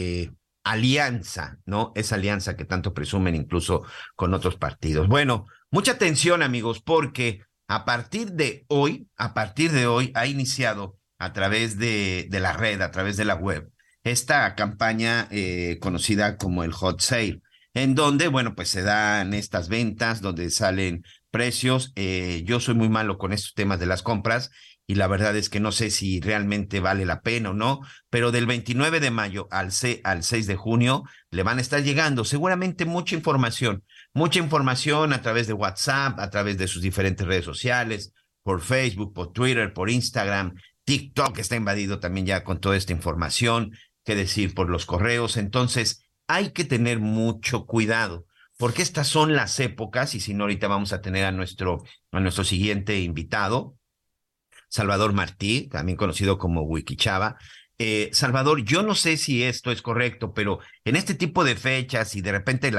H: alianza, ¿no? Esa alianza que tanto presumen incluso con otros partidos. Bueno, mucha atención, amigos, porque a partir de hoy ha iniciado a través de la red, a través de la web, esta campaña conocida como el Hot Sale, en donde, bueno, pues se dan estas ventas, donde salen precios. Yo soy muy malo con estos temas de las compras y la verdad es que no sé si realmente vale la pena o no, pero del 29 de mayo al 6 de junio le van a estar llegando seguramente mucha información a través de WhatsApp, a través de sus diferentes redes sociales, por Facebook, por Twitter, por Instagram. TikTok está invadido también ya con toda esta información, qué decir, por los correos. Entonces hay que tener mucho cuidado, porque estas son las épocas, y si no, ahorita vamos a tener a nuestro siguiente invitado, Salvador Martí, también conocido como Wikichava. Salvador, yo no sé si esto es correcto, pero en este tipo de fechas y de repente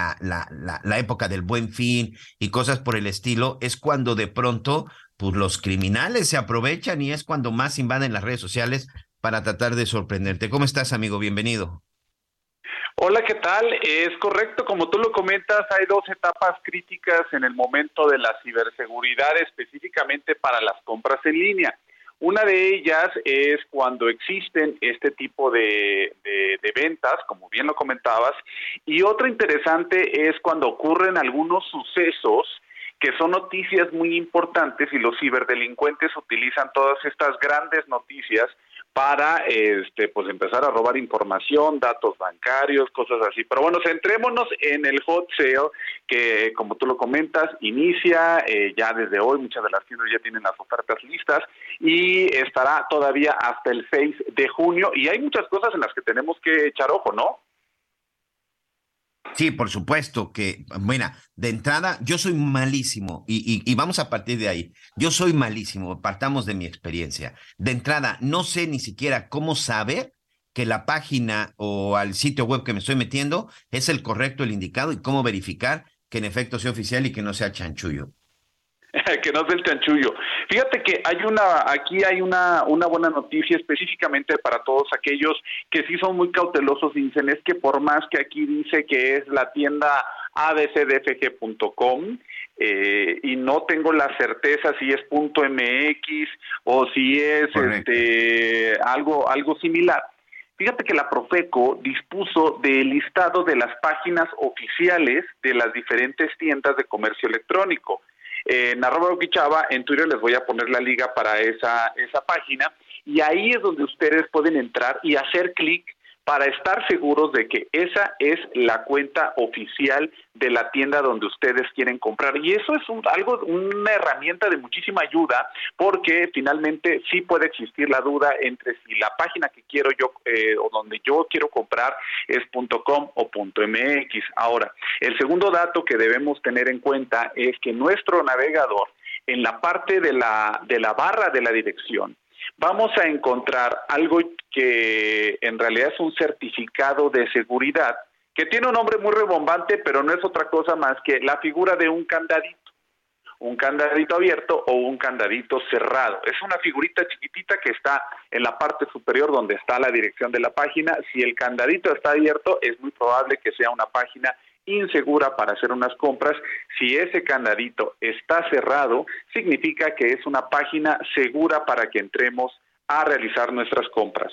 H: la época del Buen Fin y cosas por el estilo, es cuando de pronto pues los criminales se aprovechan y es cuando más invaden las redes sociales para tratar de sorprenderte. ¿Cómo estás, amigo? Bienvenido.
L: Hola, ¿qué tal? Es correcto, como tú lo comentas, hay dos etapas críticas en el momento de la ciberseguridad, específicamente para las compras en línea. Una de ellas es cuando existen este tipo de ventas, como bien lo comentabas, y otra interesante es cuando ocurren algunos sucesos que son noticias muy importantes y los ciberdelincuentes utilizan todas estas grandes noticias para pues empezar a robar información, datos bancarios, cosas así. Pero bueno, centrémonos en el hot sale, que como tú lo comentas, inicia ya desde hoy. Muchas de las tiendas ya tienen las ofertas listas y estará todavía hasta el 6 de junio. Y hay muchas cosas en las que tenemos que echar ojo, ¿no?
H: Sí, por supuesto que, bueno, de entrada, yo soy malísimo y vamos a partir de ahí. Yo soy malísimo, partamos de mi experiencia. De entrada, no sé ni siquiera cómo saber que la página o al sitio web que me estoy metiendo es el correcto, el indicado, y cómo verificar que en efecto sea oficial y que no sea chanchullo.
L: Que no es el chanchullo. Fíjate que aquí hay una buena noticia específicamente para todos aquellos que sí son muy cautelosos y dicen, es que por más que aquí dice que es la tienda abcdfg.com y no tengo la certeza si es .mx o si es algo similar. Fíjate que la Profeco dispuso del listado de las páginas oficiales de las diferentes tiendas de comercio electrónico. En @Wikichava, en Twitter les voy a poner la liga para esa página, y ahí es donde ustedes pueden entrar y hacer clic para estar seguros de que esa es la cuenta oficial de la tienda donde ustedes quieren comprar. Y eso es una herramienta de muchísima ayuda, porque finalmente sí puede existir la duda entre si la página que quiero yo o donde yo quiero comprar es .com o .mx. Ahora, el segundo dato que debemos tener en cuenta es que nuestro navegador, en la parte de la barra de la dirección, vamos a encontrar algo que en realidad es un certificado de seguridad, que tiene un nombre muy rimbombante, pero no es otra cosa más que la figura de un candadito abierto o un candadito cerrado. Es una figurita chiquitita que está en la parte superior donde está la dirección de la página. Si el candadito está abierto, es muy probable que sea una página insegura para hacer unas compras. Si ese candadito está cerrado, significa que es una página segura para que entremos a realizar nuestras compras.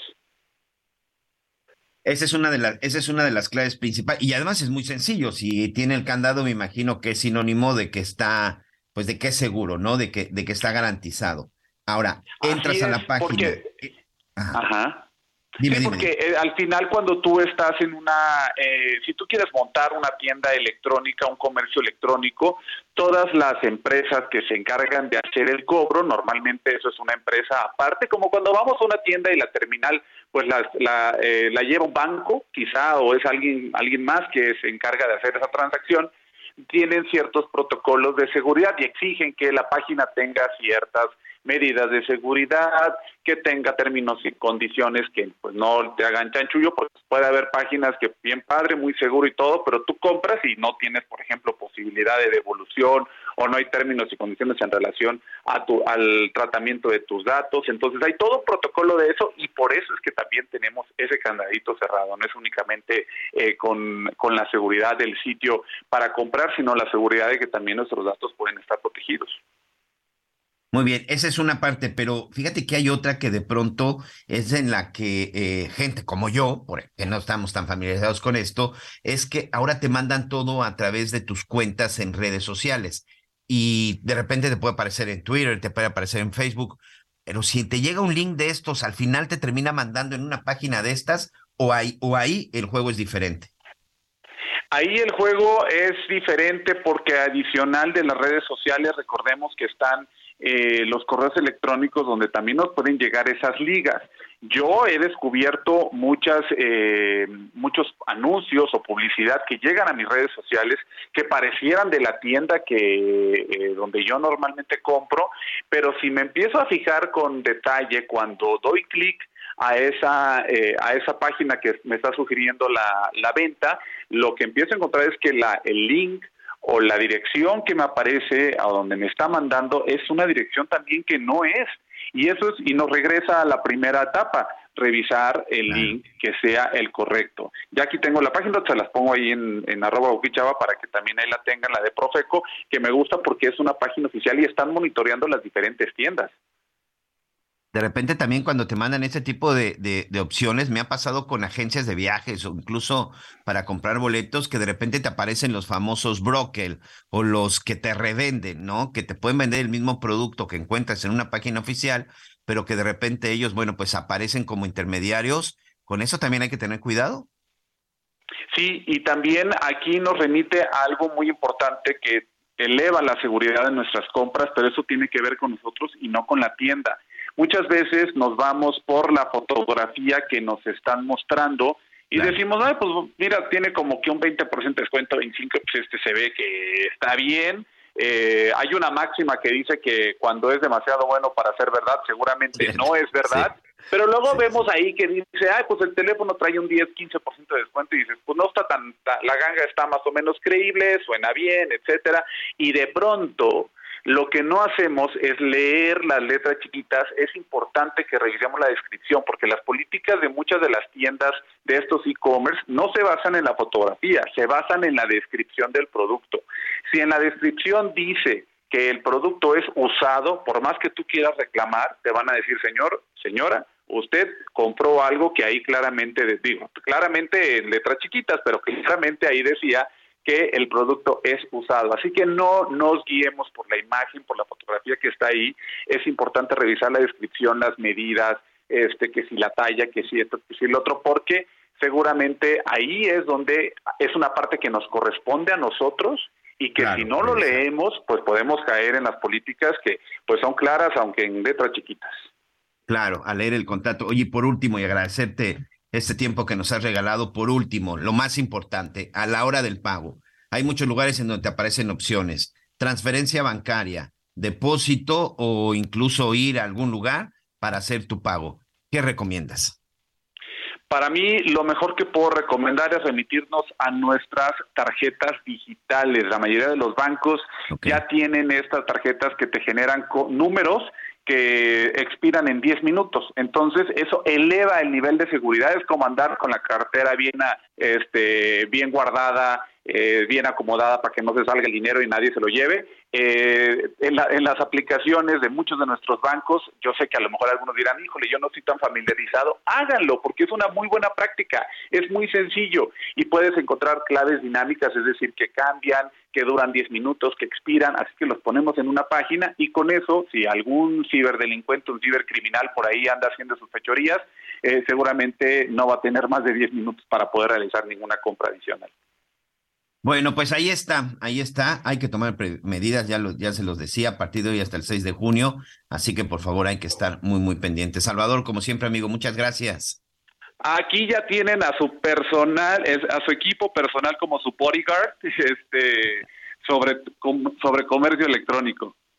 H: Esa es una de las claves principales, y además es muy sencillo. Si tiene el candado, me imagino que es sinónimo de que está, pues de que es seguro, ¿no? De que está garantizado. Ahora, entras a la página.
L: Ajá.
H: Dime.
L: Porque al final, cuando tú estás en si tú quieres montar una tienda electrónica, un comercio electrónico, todas las empresas que se encargan de hacer el cobro, normalmente eso es una empresa aparte, como cuando vamos a una tienda y la terminal pues la lleva un banco, quizá, o es alguien más que se encarga de hacer esa transacción. Tienen ciertos protocolos de seguridad y exigen que la página tenga ciertas medidas de seguridad, que tenga términos y condiciones que pues no te hagan chanchullo, porque puede haber páginas que bien padre, muy seguro y todo, pero tú compras y no tienes, por ejemplo, posibilidad de devolución o no hay términos y condiciones en relación al tratamiento de tus datos. Entonces hay todo un protocolo de eso y por eso es que también tenemos ese candadito cerrado. No es únicamente con la seguridad del sitio para comprar, sino la seguridad de que también nuestros datos pueden estar protegidos.
H: Muy bien, esa es una parte, pero fíjate que hay otra que de pronto es en la que gente como yo, porque no estamos tan familiarizados con esto, es que ahora te mandan todo a través de tus cuentas en redes sociales y de repente te puede aparecer en Twitter, te puede aparecer en Facebook, pero si te llega un link de estos, al final te termina mandando en una página de estas o ahí el juego es diferente.
L: Ahí el juego es diferente porque adicional de las redes sociales, recordemos que están los correos electrónicos donde también nos pueden llegar esas ligas. Yo he descubierto muchos anuncios o publicidad que llegan a mis redes sociales que parecieran de la tienda que donde yo normalmente compro, pero si me empiezo a fijar con detalle cuando doy clic a esa página que me está sugiriendo la venta, lo que empiezo a encontrar es que el link o la dirección que me aparece a donde me está mandando es una dirección también que no es. Y nos regresa a la primera etapa, revisar el link que sea el correcto. Ya aquí tengo la página, se las pongo ahí en @ukichava para que también ahí la tengan, la de Profeco, que me gusta porque es una página oficial y están monitoreando las diferentes tiendas.
H: De repente también cuando te mandan ese tipo de opciones, me ha pasado con agencias de viajes o incluso para comprar boletos que de repente te aparecen los famosos broker o los que te revenden, ¿no? Que te pueden vender el mismo producto que encuentras en una página oficial, pero que de repente ellos, bueno, pues aparecen como intermediarios. ¿Con eso también hay que tener cuidado?
L: Sí, y también aquí nos remite a algo muy importante que eleva la seguridad de nuestras compras, pero eso tiene que ver con nosotros y no con la tienda. Muchas veces nos vamos por la fotografía que nos están mostrando y decimos, pues mira, tiene como que un 20% de descuento, 25%, pues se ve que está bien. Hay una máxima que dice que cuando es demasiado bueno para ser verdad, seguramente no es verdad, pero luego vemos ahí que dice, pues el teléfono trae un 10-15% de descuento y dices, pues no está la ganga está más o menos creíble, suena bien, etcétera, y de pronto lo que no hacemos es leer las letras chiquitas. Es importante que revisemos la descripción, porque las políticas de muchas de las tiendas de estos e-commerce no se basan en la fotografía, se basan en la descripción del producto. Si en la descripción dice que el producto es usado, por más que tú quieras reclamar, te van a decir, señor, señora, usted compró algo que ahí claramente en letras chiquitas, pero que claramente ahí decía que el producto es usado. Así que no nos guiemos por la imagen, por la fotografía que está ahí. Es importante revisar la descripción, las medidas, que si la talla, que si esto, que si el otro, porque seguramente ahí es donde es una parte que nos corresponde a nosotros y que si no lo leemos, pues podemos caer en las políticas que pues son claras, aunque en letras chiquitas.
H: Claro, a leer el contrato. Oye, por último, y agradecerte este tiempo que nos has regalado. Por último, lo más importante, a la hora del pago, hay muchos lugares en donde te aparecen opciones, transferencia bancaria, depósito o incluso ir a algún lugar para hacer tu pago. ¿Qué recomiendas?
L: Para mí, lo mejor que puedo recomendar es remitirnos a nuestras tarjetas digitales. La mayoría de los bancos ya tienen estas tarjetas que te generan números que expiran en 10 minutos. Entonces, eso eleva el nivel de seguridad. Es como andar con la cartera bien guardada, bien acomodada para que no se salga el dinero y nadie se lo lleve. En las aplicaciones de muchos de nuestros bancos, yo sé que a lo mejor algunos dirán, híjole, yo no estoy tan familiarizado. Háganlo, porque es una muy buena práctica. Es muy sencillo y puedes encontrar claves dinámicas, es decir, que cambian, que duran 10 minutos, que expiran, así que los ponemos en una página y con eso, si algún ciberdelincuente, un cibercriminal por ahí anda haciendo sus fechorías, seguramente no va a tener más de 10 minutos para poder realizar ninguna compra adicional.
H: Bueno, pues ahí está, hay que tomar medidas, ya se los decía, a partir de hoy hasta el 6 de junio, así que por favor hay que estar muy, muy pendientes. Salvador, como siempre, amigo, muchas gracias.
L: Aquí ya tienen a su personal, a su equipo personal como su bodyguard, sobre comercio electrónico.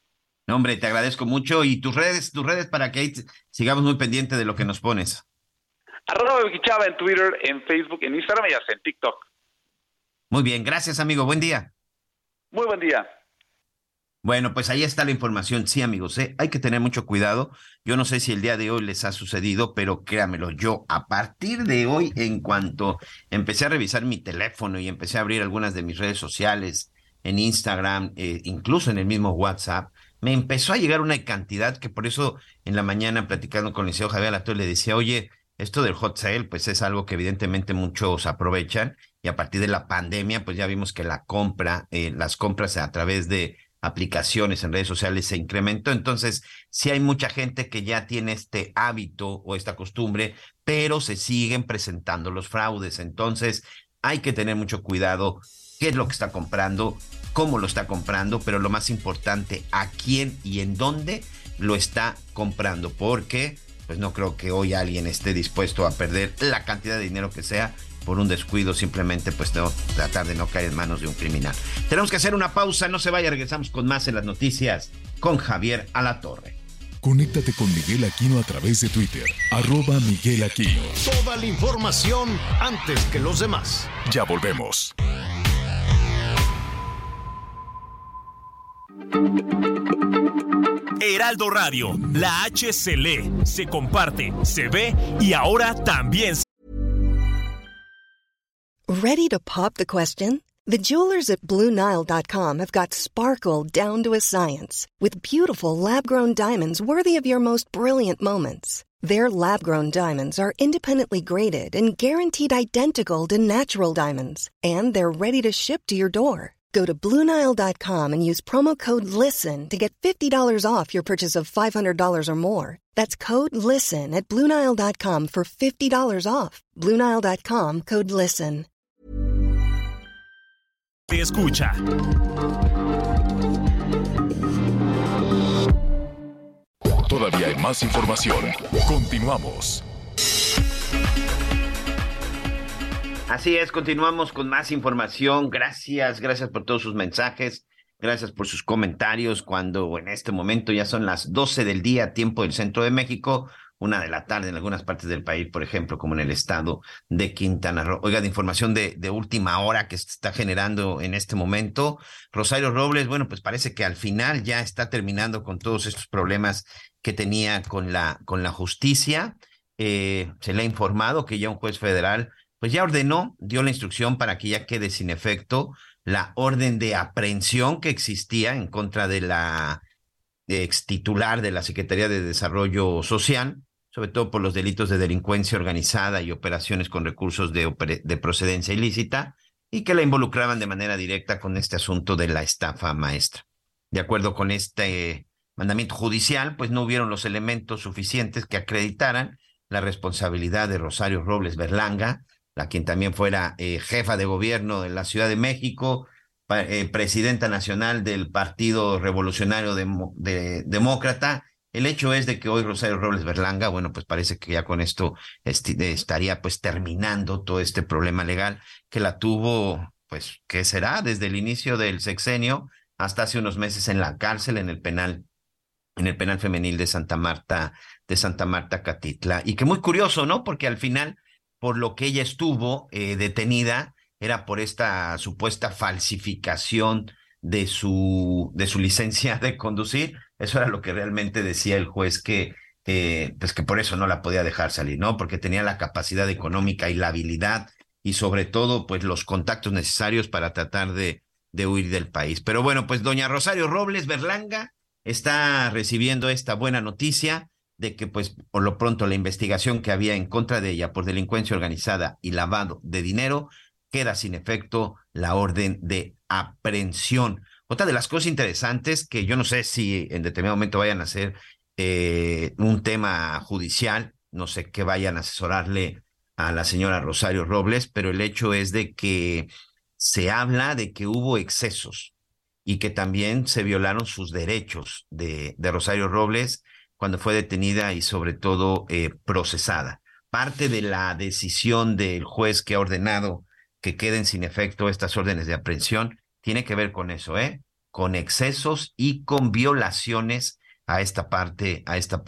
H: No, hombre, te agradezco mucho. Y tus redes para que ahí sigamos muy pendiente de lo que nos pones.
L: @Vicky en Twitter, en Facebook, en Instagram y hasta en TikTok.
H: Muy bien, gracias, amigo. Buen día.
L: Muy buen día.
H: Bueno, pues ahí está la información. Sí, amigos, hay que tener mucho cuidado. Yo no sé si el día de hoy les ha sucedido, pero créamelo, yo a partir de hoy, en cuanto empecé a revisar mi teléfono y empecé a abrir algunas de mis redes sociales, en Instagram, incluso en el mismo WhatsApp, me empezó a llegar una cantidad que por eso en la mañana platicando con el licenciado Javier Alatorre le decía, oye, esto del hot sale, pues es algo que evidentemente muchos aprovechan y a partir de la pandemia, pues ya vimos que las compras a través de aplicaciones en redes sociales se incrementó. Entonces, sí hay mucha gente que ya tiene este hábito o esta costumbre, pero se siguen presentando los fraudes. Entonces, hay que tener mucho cuidado qué es lo que está comprando, cómo lo está comprando, pero lo más importante, a quién y en dónde lo está comprando, porque pues no creo que hoy alguien esté dispuesto a perder la cantidad de dinero que sea por un descuido, simplemente pues no, tratar de no caer en manos de un criminal. Tenemos que hacer una pausa, no se vaya, regresamos con más en las noticias con Javier Alatorre.
E: Conéctate con Miguel Aquino a través de Twitter, @MiguelAquino.
D: Toda la información antes que los demás.
E: Ya volvemos.
I: Heraldo Radio, la H se lee, se comparte, se ve y ahora también se...
M: Ready to pop the question? The jewelers at BlueNile.com have got sparkle down to a science with beautiful lab-grown diamonds worthy of your most brilliant moments. Their lab-grown diamonds are independently graded and guaranteed identical to natural diamonds, and they're ready to ship to your door. Go to BlueNile.com and use promo code LISTEN to get $50 off your purchase of $500 or more. That's code LISTEN at BlueNile.com for $50 off. BlueNile.com, code LISTEN.
I: Te escucha.
E: Todavía hay más información. Continuamos.
H: Así es, continuamos con más información. Gracias por todos sus mensajes. Gracias por sus comentarios cuando en este momento ya son las 12 del día, tiempo del centro de México, 1 de la tarde en algunas partes del país, por ejemplo, como en el estado de Quintana Roo. Oiga, de información de última hora que se está generando en este momento, Rosario Robles, bueno, pues parece que al final ya está terminando con todos estos problemas que tenía con la justicia. Se le ha informado que ya un juez federal pues ya dio la instrucción para que ya quede sin efecto la orden de aprehensión que existía en contra de la ex titular de la Secretaría de Desarrollo Social, sobre todo por los delitos de delincuencia organizada y operaciones con recursos de procedencia ilícita, y que la involucraban de manera directa con este asunto de la estafa maestra. De acuerdo con este mandamiento judicial, pues no hubieron los elementos suficientes que acreditaran la responsabilidad de Rosario Robles Berlanga, la quien también fuera jefa de gobierno de la Ciudad de México, presidenta nacional del Partido Revolucionario Demócrata. El hecho es de que hoy Rosario Robles Berlanga, bueno, pues parece que ya con esto estaría pues terminando todo este problema legal que la tuvo, pues, ¿qué será? Desde el inicio del sexenio hasta hace unos meses en la cárcel, en el penal femenil de Santa Marta, Catitla. Y que muy curioso, ¿no? Porque al final, por lo que ella estuvo detenida, era por esta supuesta falsificación de su licencia de conducir. Eso era lo que realmente decía el juez, pues que por eso no la podía dejar salir, ¿no? Porque tenía la capacidad económica y la habilidad y sobre todo, pues los contactos necesarios para tratar de huir del país. Pero bueno, pues doña Rosario Robles Berlanga está recibiendo esta buena noticia de que pues por lo pronto la investigación que había en contra de ella por delincuencia organizada y lavado de dinero queda sin efecto la orden de aprehensión. Otra de las cosas interesantes que yo no sé si en determinado momento vayan a ser un tema judicial, no sé qué vayan a asesorarle a la señora Rosario Robles, pero el hecho es de que se habla de que hubo excesos y que también se violaron sus derechos de Rosario Robles cuando fue detenida y sobre todo procesada. Parte de la decisión del juez que ha ordenado que queden sin efecto estas órdenes de aprehensión tiene que ver con eso, con excesos y con violaciones a esta parte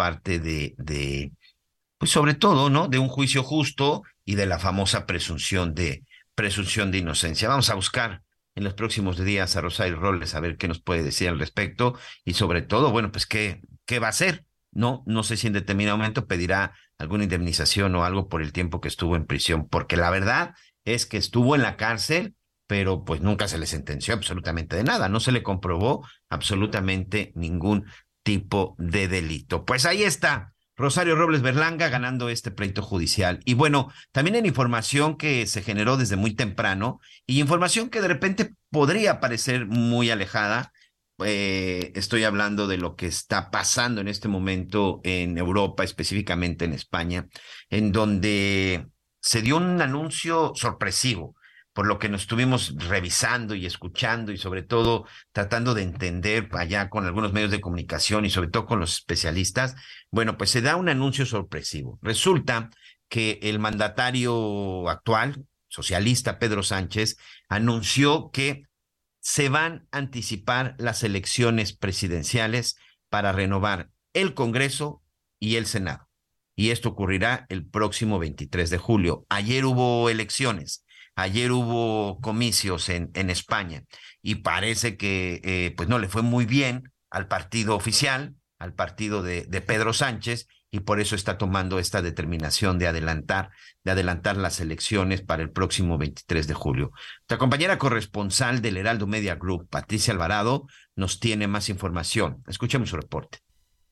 H: pues sobre todo, ¿no? De un juicio justo y de la famosa presunción de inocencia. Vamos a buscar en los próximos días a Rosario Robles a ver qué nos puede decir al respecto y sobre todo, bueno, pues qué va a hacer. No sé si en determinado momento pedirá alguna indemnización o algo por el tiempo que estuvo en prisión, porque la verdad es que estuvo en la cárcel, pero pues nunca se le sentenció absolutamente de nada, no se le comprobó absolutamente ningún tipo de delito. Pues ahí está Rosario Robles Berlanga ganando este pleito judicial. Y bueno, también en información que se generó desde muy temprano y información que de repente podría parecer muy alejada. Estoy hablando de lo que está pasando en este momento en Europa, específicamente en España, en donde se dio un anuncio sorpresivo, por lo que nos estuvimos revisando y escuchando y sobre todo tratando de entender allá con algunos medios de comunicación y sobre todo con los especialistas. Bueno, pues se da un anuncio sorpresivo. Resulta que el mandatario actual, socialista Pedro Sánchez, anunció que se van a anticipar las elecciones presidenciales para renovar el Congreso y el Senado. Y esto ocurrirá el próximo 23 de julio. Ayer hubo elecciones, ayer hubo comicios en España y parece que pues no le fue muy bien al partido oficial, al partido de Pedro Sánchez, y por eso está tomando esta determinación de adelantar las elecciones para el próximo 23 de julio. Nuestra compañera corresponsal del Heraldo Media Group, Patricia Alvarado, nos tiene más información. Escuchemos su reporte.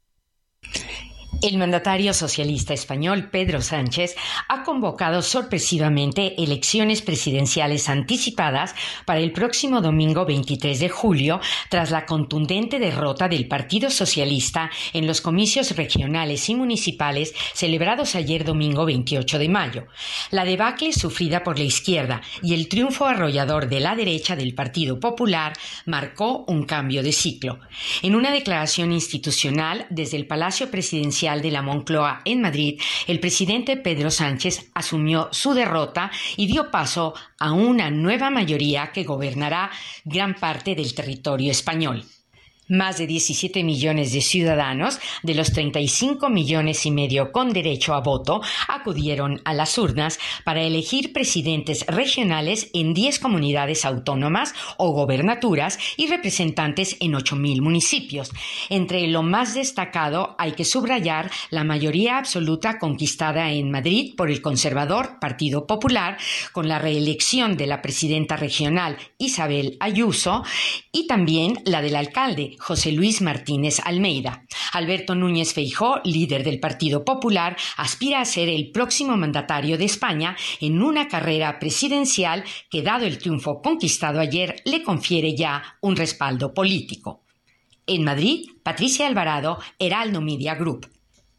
N: El mandatario socialista español Pedro Sánchez ha convocado sorpresivamente elecciones presidenciales anticipadas para el próximo domingo 23 de julio tras la contundente derrota del Partido Socialista en los comicios regionales y municipales celebrados ayer domingo 28 de mayo. La debacle sufrida por la izquierda y el triunfo arrollador de la derecha del Partido Popular marcó un cambio de ciclo. En una declaración institucional desde el Palacio Presidencial de la Moncloa en Madrid, el presidente Pedro Sánchez asumió su derrota y dio paso a una nueva mayoría que gobernará gran parte del territorio español. Más de 17 millones de ciudadanos, de los 35 millones y medio con derecho a voto, acudieron a las urnas para elegir presidentes regionales en 10 comunidades autónomas o gobernaturas y representantes en 8.000 municipios. Entre lo más destacado hay que subrayar la mayoría absoluta conquistada en Madrid por el conservador Partido Popular, con la reelección de la presidenta regional Isabel Ayuso y también la del alcalde José Luis Martínez Almeida. Alberto Núñez Feijóo, líder del Partido Popular, aspira a ser el próximo mandatario de España en una carrera presidencial que, dado el triunfo conquistado ayer, le confiere ya un respaldo político. En Madrid, Patricia Alvarado, Heraldo Media Group.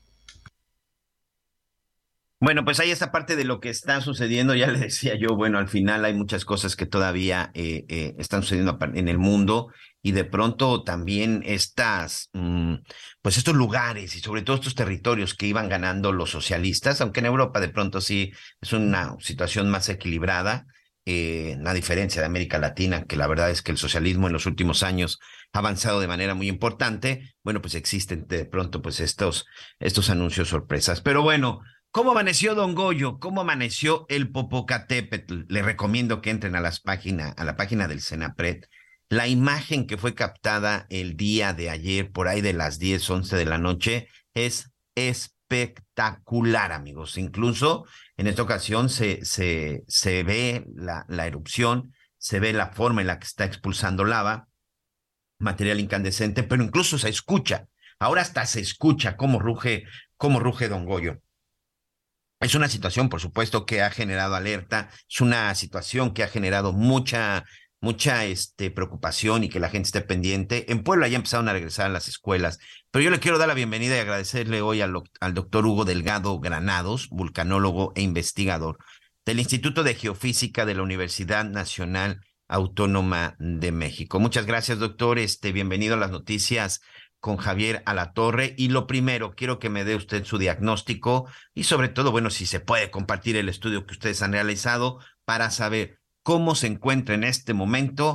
H: Bueno, pues ahí está parte de lo que está sucediendo. Ya le decía yo, bueno, al final hay muchas cosas que todavía están sucediendo en el mundo y de pronto también pues estos lugares y sobre todo estos territorios que iban ganando los socialistas, aunque en Europa de pronto sí es una situación más equilibrada, a diferencia de América Latina, que la verdad es que el socialismo en los últimos años ha avanzado de manera muy importante. Bueno, pues existen de pronto pues estos anuncios sorpresas. Pero bueno, ¿cómo amaneció Don Goyo? ¿Cómo amaneció el Popocatépetl? Le recomiendo que entren a la página del Senapred. La imagen que fue captada el día de ayer, por ahí de las 10, 11 de la noche, es espectacular, amigos. Incluso en esta ocasión se ve la erupción, se ve la forma en la que está expulsando lava, material incandescente, pero incluso se escucha. Ahora hasta se escucha cómo ruge Don Goyo. Es una situación, por supuesto, que ha generado alerta, es una situación que ha generado mucha preocupación y que la gente esté pendiente. En Puebla ya empezaron a regresar a las escuelas, pero yo le quiero dar la bienvenida y agradecerle hoy al doctor Hugo Delgado Granados, vulcanólogo e investigador del Instituto de Geofísica de la Universidad Nacional Autónoma de México. Muchas gracias, doctor. Bienvenido a las noticias con Javier Alatorre. Y lo primero, quiero que me dé usted su diagnóstico y sobre todo, bueno, si se puede compartir el estudio que ustedes han realizado para saber cómo se encuentra en este momento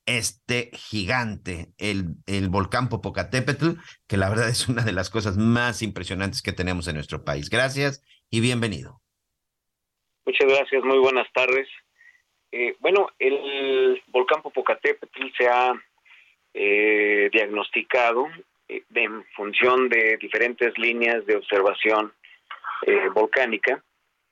H: este gigante, el volcán Popocatépetl, que la verdad es una de las cosas más impresionantes que tenemos en nuestro país. Gracias y bienvenido.
O: Muchas gracias, muy buenas tardes. Bueno, el volcán Popocatépetl se ha diagnosticado en función de diferentes líneas de observación volcánica,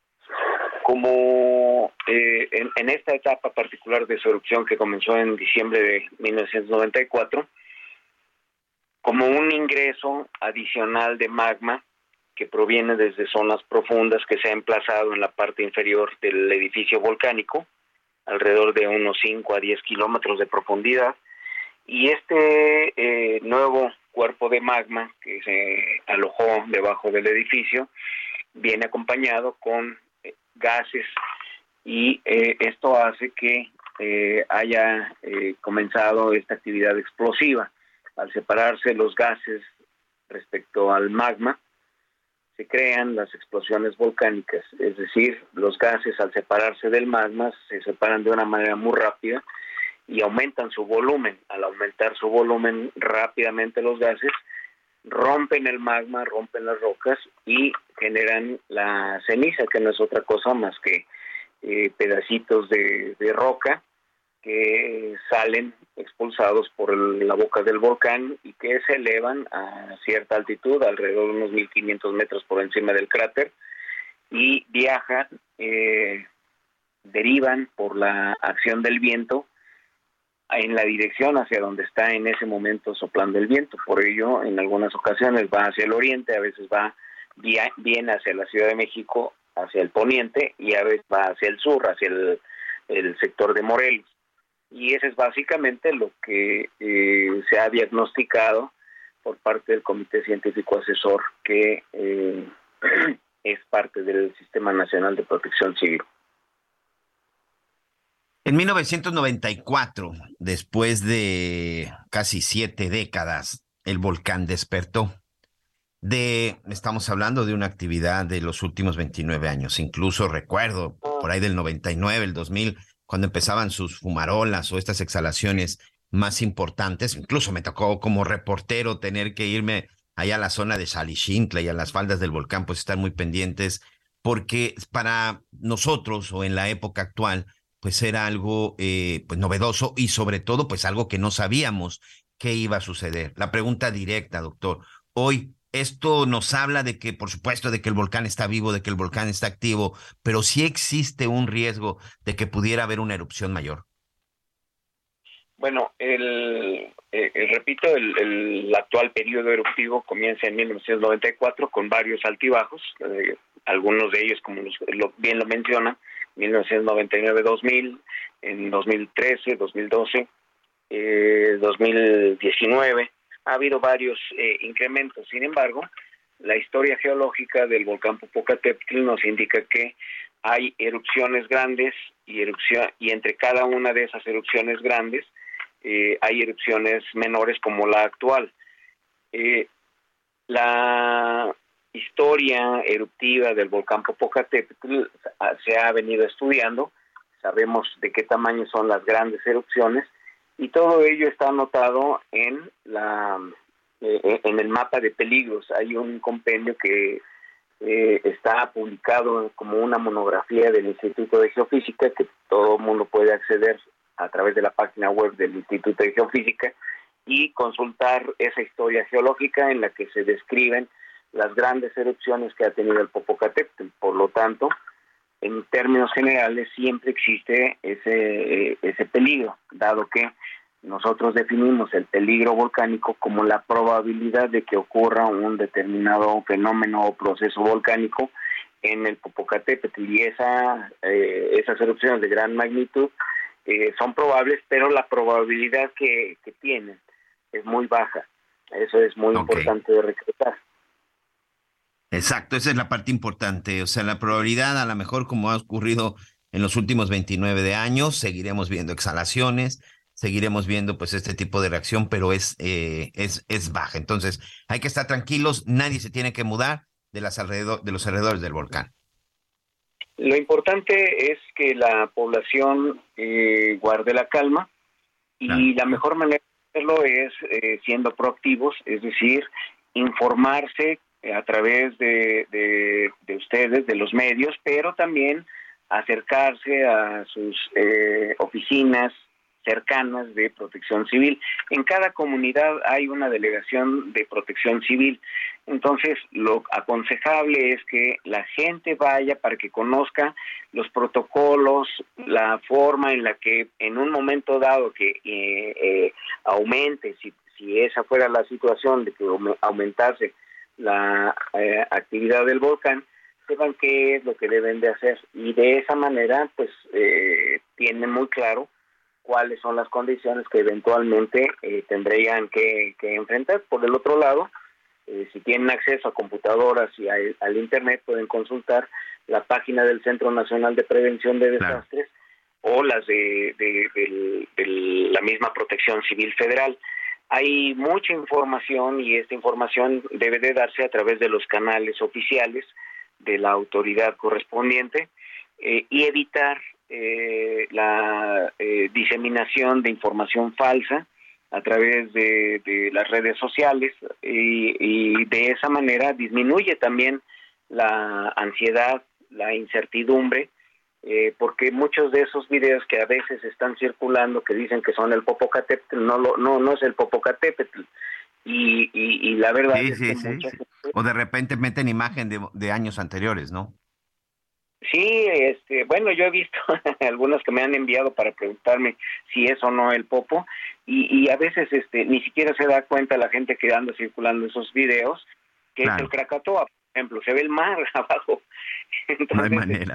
O: como en esta etapa particular de su erupción que comenzó en diciembre de 1994, como un ingreso adicional de magma que proviene desde zonas profundas que se ha emplazado en la parte inferior del edificio volcánico, alrededor de unos 5 a 10 kilómetros de profundidad, y este nuevo cuerpo de magma que se alojó debajo del edificio viene acompañado con gases y esto hace que haya comenzado esta actividad explosiva. Al separarse los gases respecto al magma, se crean las explosiones volcánicas, es decir, los gases al separarse del magma se separan de una manera muy rápida y aumentan su volumen. Al aumentar su volumen rápidamente los gases, rompen el magma, rompen las rocas y generan la ceniza, que no es otra cosa más que pedacitos de roca que salen expulsados por la boca del volcán y que se elevan a cierta altitud, alrededor de unos 1.500 metros por encima del cráter, y viajan, derivan por la acción del viento en la dirección hacia donde está en ese momento soplando el viento. Por ello, en algunas ocasiones va hacia el oriente, a veces va bien hacia la Ciudad de México, hacia el poniente, y a veces va hacia el sur, hacia el sector de Morelos. Y eso es básicamente lo que se ha diagnosticado por parte del Comité Científico Asesor, que es parte del Sistema Nacional de Protección Civil.
H: En 1994, después de casi 7 décadas, el volcán despertó. Estamos hablando de una actividad de los últimos 29 años. Incluso recuerdo, por ahí del 99, el 2000, cuando empezaban sus fumarolas o estas exhalaciones más importantes. Incluso me tocó como reportero tener que irme allá a la zona de Xalixintla y a las faldas del volcán, pues estar muy pendientes, porque para nosotros o en la época actual, pues era algo pues novedoso y sobre todo pues algo que no sabíamos qué iba a suceder. La pregunta directa, doctor, hoy esto nos habla de que, por supuesto, de que el volcán está vivo, de que el volcán está activo, pero sí existe un riesgo de que pudiera haber una erupción mayor.
O: Bueno, repito, el actual periodo eruptivo comienza en 1994 con varios altibajos, algunos de ellos, como bien lo menciona, 1999-2000, en 2013, 2012, 2019. Ha habido varios incrementos. Sin embargo, la historia geológica del volcán Popocatépetl nos indica que hay erupciones grandes y entre cada una de esas erupciones grandes hay erupciones menores como la actual. La historia eruptiva del volcán Popocatépetl se ha venido estudiando, sabemos de qué tamaño son las grandes erupciones y todo ello está anotado en el mapa de peligros. Hay un compendio que está publicado como una monografía del Instituto de Geofísica que todo el mundo puede acceder a través de la página web del Instituto de Geofísica y consultar esa historia geológica en la que se describen las grandes erupciones que ha tenido el Popocatépetl. Por lo tanto, en términos generales, siempre existe ese peligro, dado que nosotros definimos el peligro volcánico como la probabilidad de que ocurra un determinado fenómeno o proceso volcánico en el Popocatépetl, y esas erupciones de gran magnitud son probables, pero la probabilidad que tienen es muy baja. Eso es muy importante de recordar.
H: Exacto, esa es la parte importante. O sea, la probabilidad, a lo mejor como ha ocurrido en los últimos 29 años, seguiremos viendo exhalaciones, seguiremos viendo pues este tipo de reacción, pero es baja. Entonces, hay que estar tranquilos, nadie se tiene que mudar de los alrededores del volcán.
O: Lo importante es que la población guarde la calma, Y la mejor manera de hacerlo es siendo proactivos, es decir, informarse a través de ustedes, de los medios, pero también acercarse a sus oficinas cercanas de protección civil. En cada comunidad hay una delegación de protección civil, entonces lo aconsejable es que la gente vaya para que conozca los protocolos, la forma en la que en un momento dado que aumente, si esa fuera la situación de que aumentase la actividad del volcán, sepan qué es lo que deben de hacer, y de esa manera pues tienen muy claro cuáles son las condiciones que eventualmente tendrían que enfrentar. Por el otro lado, si tienen acceso a computadoras y al internet, pueden consultar la página del Centro Nacional de Prevención de Desastres, o las de la misma Protección Civil Federal. Hay mucha información, y esta información debe de darse a través de los canales oficiales de la autoridad correspondiente, y evitar la diseminación de información falsa a través de las redes sociales, y de esa manera disminuye también la ansiedad, la incertidumbre, porque muchos de esos videos que a veces están circulando que dicen que son el Popocatépetl, no es el Popocatépetl, y la verdad es que mucha gente...
H: O de repente meten imagen de años anteriores, ¿no?
O: Sí, bueno, yo he visto algunos que me han enviado para preguntarme si es o no el Popo, y a veces ni siquiera se da cuenta la gente que anda circulando esos videos que es el Krakatoa, por ejemplo, se ve el mar abajo. Entonces,
H: no hay manera.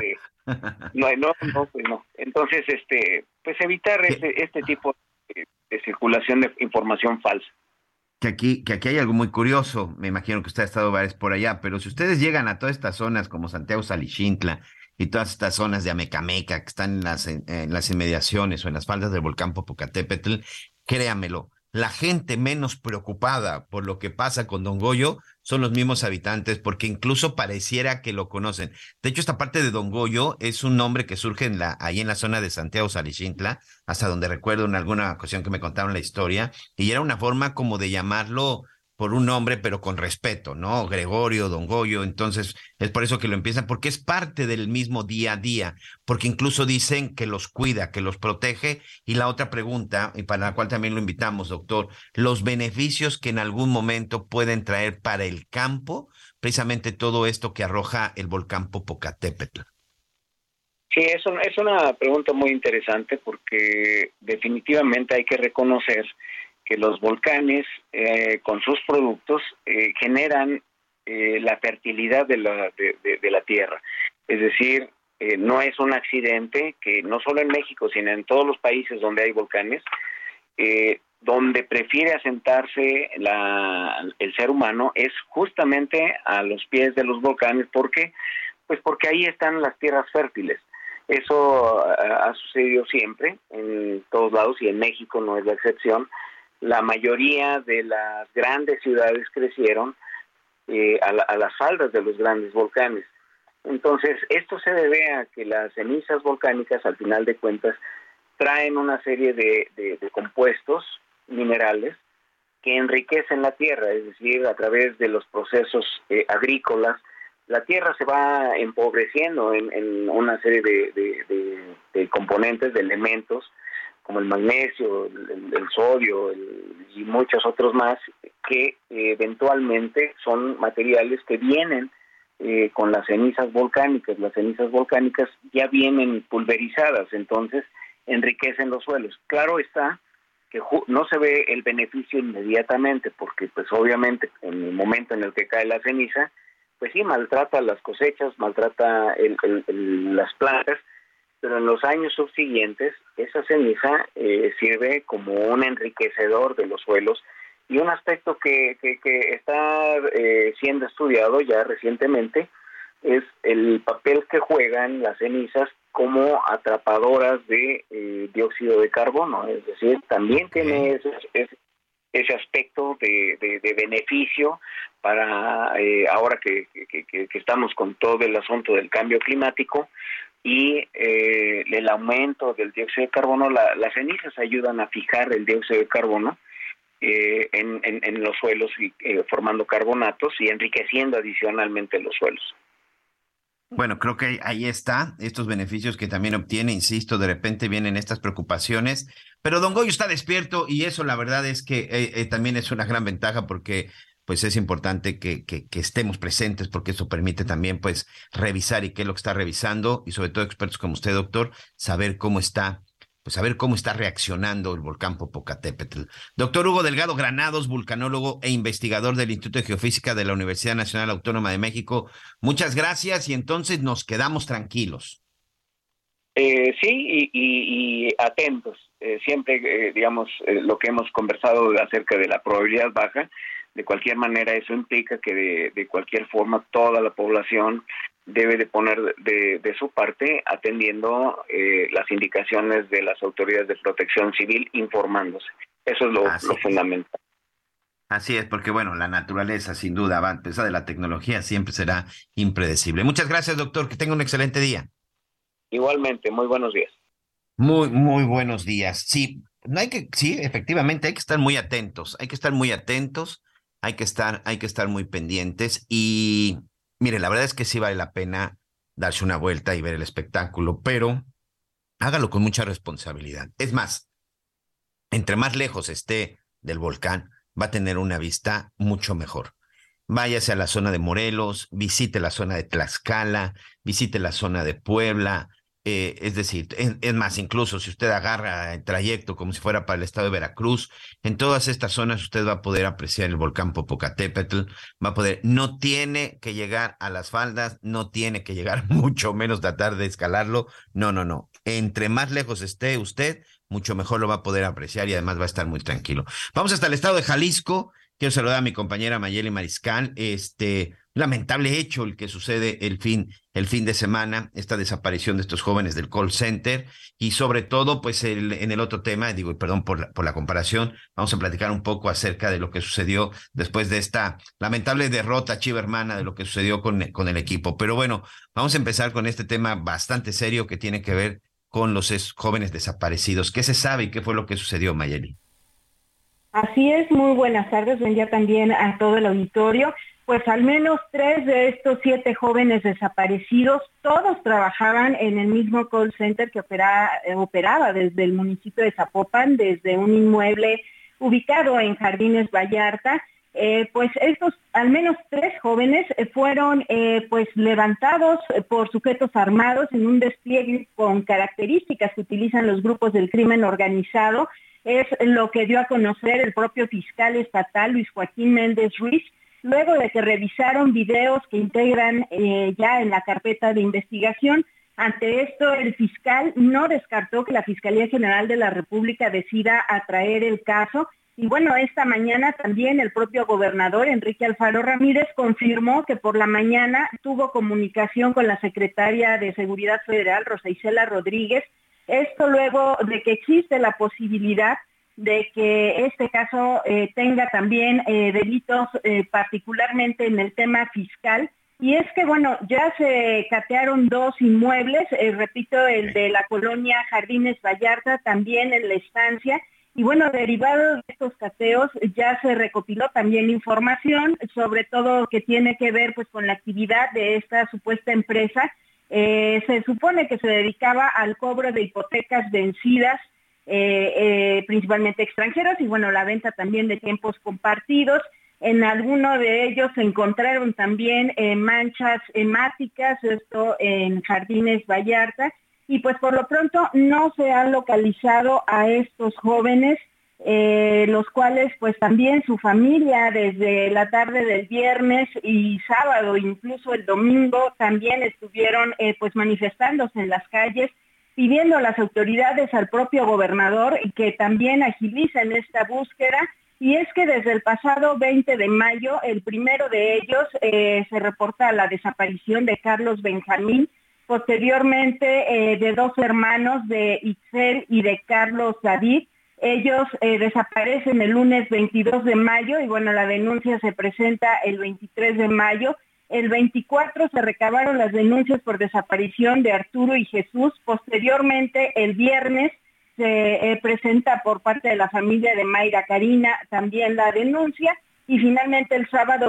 O: No. Entonces, pues evitar este tipo de circulación de información falsa.
H: Que aquí hay algo muy curioso, me imagino que usted ha estado varias por allá, pero si ustedes llegan a todas estas zonas como Santiago Xalixintla y todas estas zonas de Amecameca que están en las inmediaciones o en las faldas del volcán Popocatépetl, créamelo, la gente menos preocupada por lo que pasa con Don Goyo son los mismos habitantes, porque incluso pareciera que lo conocen. De hecho, esta parte de Don Goyo es un nombre que surge ahí en la zona de Santiago Xalixintla, hasta donde recuerdo en alguna ocasión que me contaron la historia, y era una forma como de llamarlo por un nombre, pero con respeto, ¿no? Gregorio, Don Goyo. Entonces es por eso que lo empiezan, porque es parte del mismo día a día, porque incluso dicen que los cuida, que los protege. Y la otra pregunta, y para la cual también lo invitamos, doctor, los beneficios que en algún momento pueden traer para el campo, precisamente todo esto que arroja el volcán Popocatépetl.
O: Sí, es una pregunta muy interesante, porque definitivamente hay que reconocer que los volcanes con sus productos generan la fertilidad de la tierra. Es decir, no es un accidente que no solo en México, sino en todos los países donde hay volcanes, donde prefiere asentarse el ser humano es justamente a los pies de los volcanes. ¿Por qué? Pues porque ahí están las tierras fértiles. Eso ha sucedido siempre en todos lados, y en México no es la excepción. La mayoría de las grandes ciudades crecieron a las faldas de los grandes volcanes. Entonces, esto se debe a que las cenizas volcánicas, al final de cuentas, traen una serie de compuestos minerales que enriquecen la tierra, es decir, a través de los procesos agrícolas. La tierra se va empobreciendo en una serie de componentes, de elementos, como el magnesio, el sodio y muchos otros más, que eventualmente son materiales que vienen con las cenizas volcánicas. Las cenizas volcánicas ya vienen pulverizadas, entonces enriquecen los suelos. Claro está que no se ve el beneficio inmediatamente, porque pues obviamente en el momento en el que cae la ceniza, pues sí, maltrata las cosechas, maltrata las plantas, pero en los años subsiguientes esa ceniza sirve como un enriquecedor de los suelos. Y un aspecto que está siendo estudiado ya recientemente es el papel que juegan las cenizas como atrapadoras de dióxido de carbono. Es decir, también tiene ese aspecto de beneficio para ahora que estamos con todo el asunto del cambio climático, y el aumento del dióxido de carbono, las cenizas ayudan a fijar el dióxido de carbono en los suelos, formando carbonatos y enriqueciendo adicionalmente los suelos.
H: Bueno, creo que ahí está, estos beneficios que también obtiene, insisto, de repente vienen estas preocupaciones, pero don Goyo está despierto y eso la verdad es que también es una gran ventaja porque pues es importante que estemos presentes porque eso permite también pues revisar y qué es lo que está revisando y sobre todo expertos como usted, doctor, saber cómo está reaccionando el volcán Popocatépetl. Doctor Hugo Delgado Granados, vulcanólogo e investigador del Instituto de Geofísica de la Universidad Nacional Autónoma de México, muchas gracias y entonces nos quedamos tranquilos.
O: Sí, y atentos. Siempre, lo que hemos conversado acerca de la probabilidad baja, de cualquier manera eso implica que de cualquier forma toda la población debe de poner de su parte atendiendo las indicaciones de las autoridades de protección civil, informándose. Eso es lo fundamental.
H: Así es, porque bueno, la naturaleza sin duda, a pesar de la tecnología, siempre será impredecible. Muchas gracias, doctor, que tenga un excelente día.
O: Igualmente, muy buenos días.
H: Muy, muy buenos días. Sí, efectivamente, hay que estar muy atentos, hay que estar muy pendientes y mire, la verdad es que sí vale la pena darse una vuelta y ver el espectáculo, pero hágalo con mucha responsabilidad. Es más, entre más lejos esté del volcán, va a tener una vista mucho mejor. Váyase a la zona de Morelos, visite la zona de Tlaxcala, visite la zona de Puebla, es decir, es más, incluso si usted agarra el trayecto como si fuera para el estado de Veracruz, en todas estas zonas usted va a poder apreciar el volcán Popocatépetl, no tiene que llegar a las faldas, no tiene que llegar mucho menos tratar de escalarlo, no, entre más lejos esté usted, mucho mejor lo va a poder apreciar y además va a estar muy tranquilo. Vamos hasta el estado de Jalisco. Quiero saludar a mi compañera Mayeli Mariscal. Lamentable hecho el que sucede el fin de semana, esta desaparición de estos jóvenes del call center y sobre todo, pues en el otro tema, perdón por la comparación, vamos a platicar un poco acerca de lo que sucedió después de esta lamentable derrota chivermana de lo que sucedió con el equipo. Pero bueno, vamos a empezar con este tema bastante serio que tiene que ver con los jóvenes desaparecidos. ¿Qué se sabe y qué fue lo que sucedió, Mayeli?
P: Así es, muy buenas tardes, buen día también a todo el auditorio. Pues al menos 3 de estos 7 jóvenes desaparecidos, todos trabajaban en el mismo call center que operaba desde el municipio de Zapopan, desde un inmueble ubicado en Jardines Vallarta. Pues estos al menos 3 jóvenes fueron pues levantados por sujetos armados en un despliegue con características que utilizan los grupos del crimen organizado. Es lo que dio a conocer el propio fiscal estatal Luis Joaquín Méndez Ruiz, luego de que revisaron videos que integran ya en la carpeta de investigación. Ante esto, el fiscal no descartó que la Fiscalía General de la República decida atraer el caso. Y bueno, esta mañana también el propio gobernador Enrique Alfaro Ramírez confirmó que por la mañana tuvo comunicación con la secretaria de Seguridad Federal, Rosa Isela Rodríguez. Esto luego de que existe la posibilidad de que este caso tenga también delitos particularmente en el tema fiscal. Y es que, bueno, ya se catearon 2 inmuebles, repito, el de la colonia Jardines Vallarta, también en la estancia. Y bueno, derivado de estos cateos ya se recopiló también información, sobre todo que tiene que ver pues con la actividad de esta supuesta empresa. Se supone que se dedicaba al cobro de hipotecas vencidas, principalmente extranjeras, y bueno, la venta también de tiempos compartidos. En alguno de ellos se encontraron también manchas hemáticas, esto en Jardines Vallarta, y pues por lo pronto no se han localizado a estos jóvenes, los cuales pues también su familia desde la tarde del viernes y sábado, incluso el domingo, también estuvieron pues manifestándose en las calles, pidiendo a las autoridades, al propio gobernador, que también agilicen esta búsqueda. Y es que desde el pasado 20 de mayo, el primero de ellos, se reporta la desaparición de Carlos Benjamín, posteriormente de 2 hermanos, de Itzel y de Carlos David. Ellos desaparecen el lunes 22 de mayo y bueno, la denuncia se presenta el 23 de mayo. El 24 se recabaron las denuncias por desaparición de Arturo y Jesús. Posteriormente, el viernes, se presenta por parte de la familia de Mayra Karina también la denuncia. Y finalmente el sábado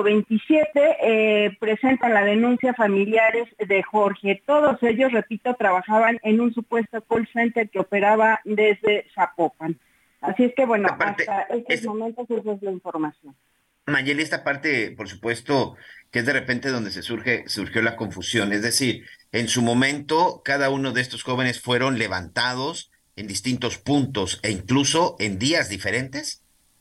P: 27 presentan la denuncia familiares de Jorge. Todos ellos, repito, trabajaban en un supuesto call center que operaba desde Zapopan. Así es que bueno, hasta estos momentos esa es la información.
H: Mayeli, esta parte, por supuesto, que es de repente donde surgió la confusión. Es decir, en su momento, cada uno de estos jóvenes fueron levantados en distintos puntos e incluso en días diferentes.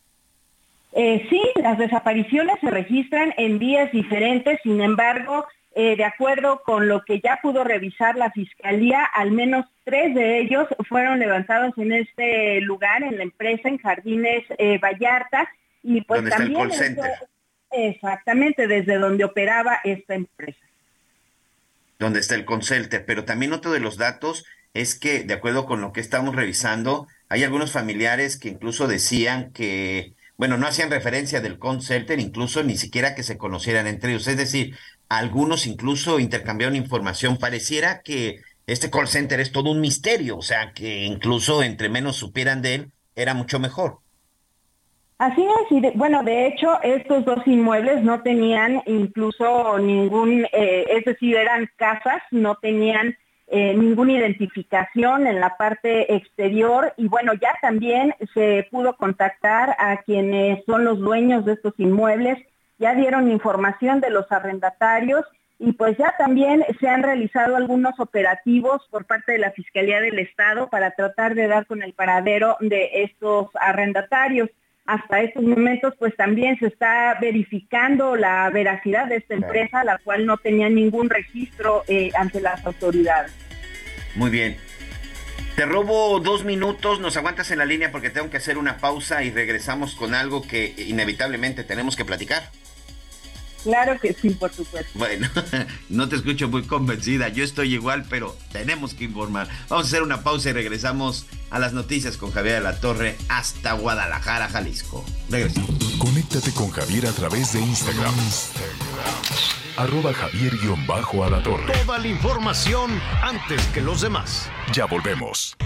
P: Sí, las desapariciones se registran en días diferentes, sin embargo, de acuerdo con lo que ya pudo revisar la Fiscalía, al menos 3 de ellos fueron levantados en este lugar, en la empresa, en Jardines Vallarta, y pues
H: ¿dónde
P: también...
H: está el call center?
P: Exactamente, desde donde operaba esta empresa.
H: Donde está el call center, pero también otro de los datos es que, de acuerdo con lo que estamos revisando, hay algunos familiares que incluso decían que, bueno, no hacían referencia del call center, incluso ni siquiera que se conocieran entre ellos. Es decir, algunos incluso intercambiaron información. Pareciera que este call center es todo un misterio, o sea, que incluso entre menos supieran de él, era mucho mejor.
P: Así es, y de hecho, estos 2 inmuebles no tenían incluso ningún, es decir, eran casas, no tenían ninguna identificación en la parte exterior, y bueno, ya también se pudo contactar a quienes son los dueños de estos inmuebles, ya dieron información de los arrendatarios, y pues ya también se han realizado algunos operativos por parte de la Fiscalía del Estado para tratar de dar con el paradero de estos arrendatarios. Hasta estos momentos, pues también se está verificando la veracidad de esta empresa, la cual no tenía ningún registro ante las autoridades.
H: Muy bien. Te robo 2 minutos, nos aguantas en la línea porque tengo que hacer una pausa y regresamos con algo que inevitablemente tenemos que platicar.
P: Claro que sí, por supuesto.
H: Bueno, no te escucho muy convencida, yo estoy igual, pero tenemos que informar. Vamos a hacer una pausa y regresamos a las noticias con Javier Alatorre hasta Guadalajara, Jalisco. Regresamos.
E: Conéctate con Javier a través de Instagram. @Javier_Alatorre.
D: Toda la información antes que los demás.
E: Ya volvemos.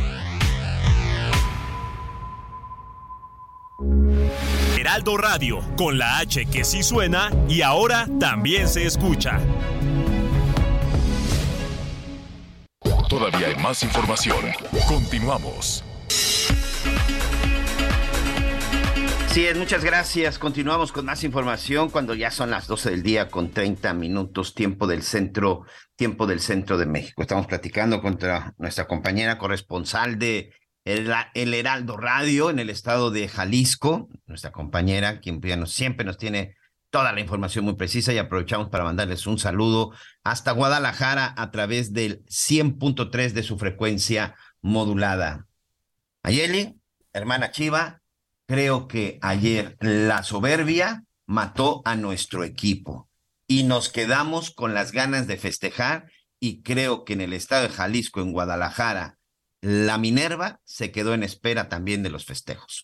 I: Heraldo Radio, con la H que sí suena y ahora también se escucha.
E: Todavía hay más información. Continuamos.
H: Sí, muchas gracias. Continuamos con más información cuando ya son las 12 del día con 30 minutos, tiempo del centro de México. Estamos platicando con nuestra compañera corresponsal de el Heraldo Radio en el estado de Jalisco, nuestra compañera, quien siempre nos tiene toda la información muy precisa, y aprovechamos para mandarles un saludo hasta Guadalajara a través del 100.3 de su frecuencia modulada. Mayeli, hermana Chiva, creo que ayer la soberbia mató a nuestro equipo y nos quedamos con las ganas de festejar, y creo que en el estado de Jalisco, en Guadalajara, la Minerva se quedó en espera también de los festejos.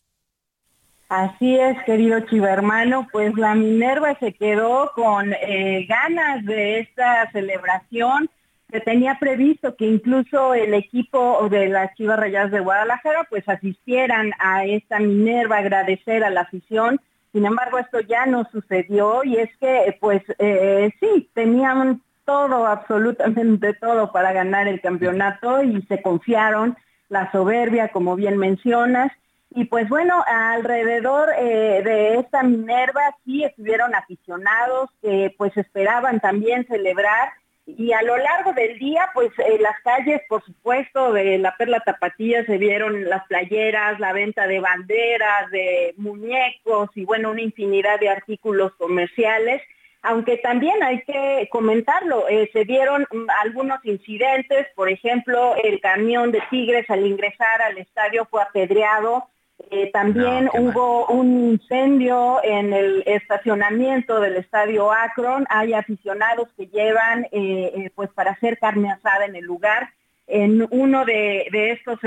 P: Así es, querido Chiva hermano, pues la Minerva se quedó con ganas de esta celebración. Se tenía previsto que incluso el equipo de las Chivas Rayadas de Guadalajara pues asistieran a esta Minerva, agradecer a la afición. Sin embargo, esto ya no sucedió, y es que pues sí, tenían todo, absolutamente todo para ganar el campeonato, y se confiaron, la soberbia, como bien mencionas. Y pues bueno, alrededor de esta Minerva sí estuvieron aficionados que pues esperaban también celebrar, y a lo largo del día pues las calles, por supuesto, de la Perla Tapatía se vieron las playeras, la venta de banderas, de muñecos y bueno, una infinidad de artículos comerciales. Aunque también hay que comentarlo, se dieron algunos incidentes, por ejemplo, el camión de Tigres al ingresar al estadio fue apedreado, también hubo un incendio en el estacionamiento del estadio Akron, hay aficionados que llevan pues para hacer carne asada en el lugar. En uno de estos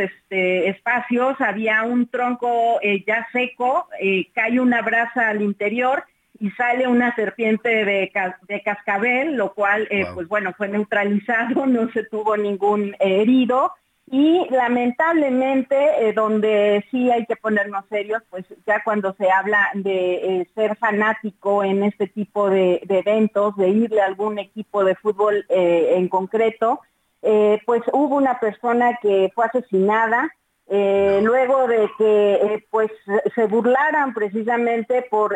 P: espacios había un tronco ya seco, cae una brasa al interior, y sale una serpiente de cascabel, lo cual, pues bueno, fue neutralizado, no se tuvo ningún herido. Y lamentablemente, donde sí hay que ponernos serios, pues ya cuando se habla de ser fanático en este tipo de eventos, de irle a algún equipo de fútbol en concreto, pues hubo una persona que fue asesinada, luego de que pues se burlaran precisamente por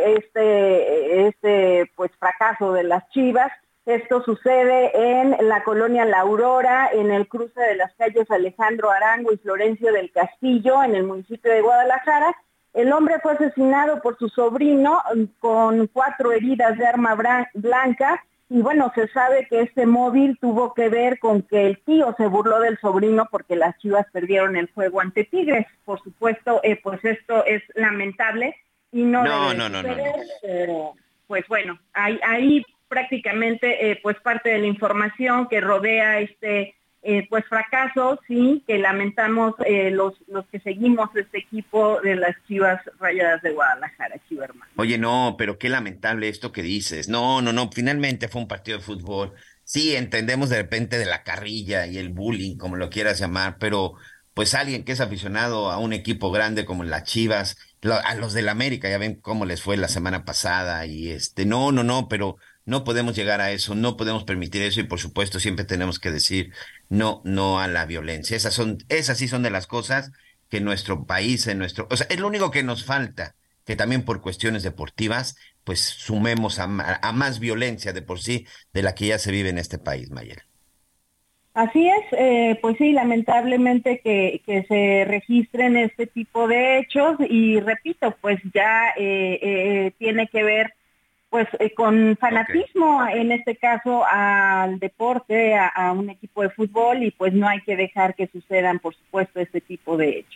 P: este pues fracaso de las Chivas. Esto sucede en la colonia La Aurora, en el cruce de las calles Alejandro Arango y Florencio del Castillo, en el municipio de Guadalajara. El hombre fue asesinado por su sobrino con 4 heridas de arma blanca. Y bueno, se sabe que este móvil tuvo que ver con que el tío se burló del sobrino porque las Chivas perdieron el juego ante Tigres. Por supuesto, pues esto es lamentable y no. Pero, pues bueno, ahí prácticamente pues parte de la información que rodea pues fracaso, sí, que lamentamos los que seguimos este equipo de las Chivas Rayadas de Guadalajara, Chiverman.
H: Oye, no, pero qué lamentable esto que dices. No, finalmente fue un partido de fútbol. Sí, entendemos de repente de la carrilla y el bullying, como lo quieras llamar, pero pues alguien que es aficionado a un equipo grande como las Chivas, a los del América, ya ven cómo les fue la semana pasada y no, pero no podemos llegar a eso, no podemos permitir eso y por supuesto siempre tenemos que decir no a la violencia. Esas sí son de las cosas que nuestro país, o sea, es lo único que nos falta, que también por cuestiones deportivas, pues sumemos a más violencia de por sí de la que ya se vive en este país, Mayela.
P: Así es, pues sí, lamentablemente que se registren este tipo de hechos y repito, pues ya tiene que ver pues con fanatismo, en este caso al deporte, a un equipo de fútbol y pues no hay que dejar que sucedan, por supuesto, este tipo de hechos.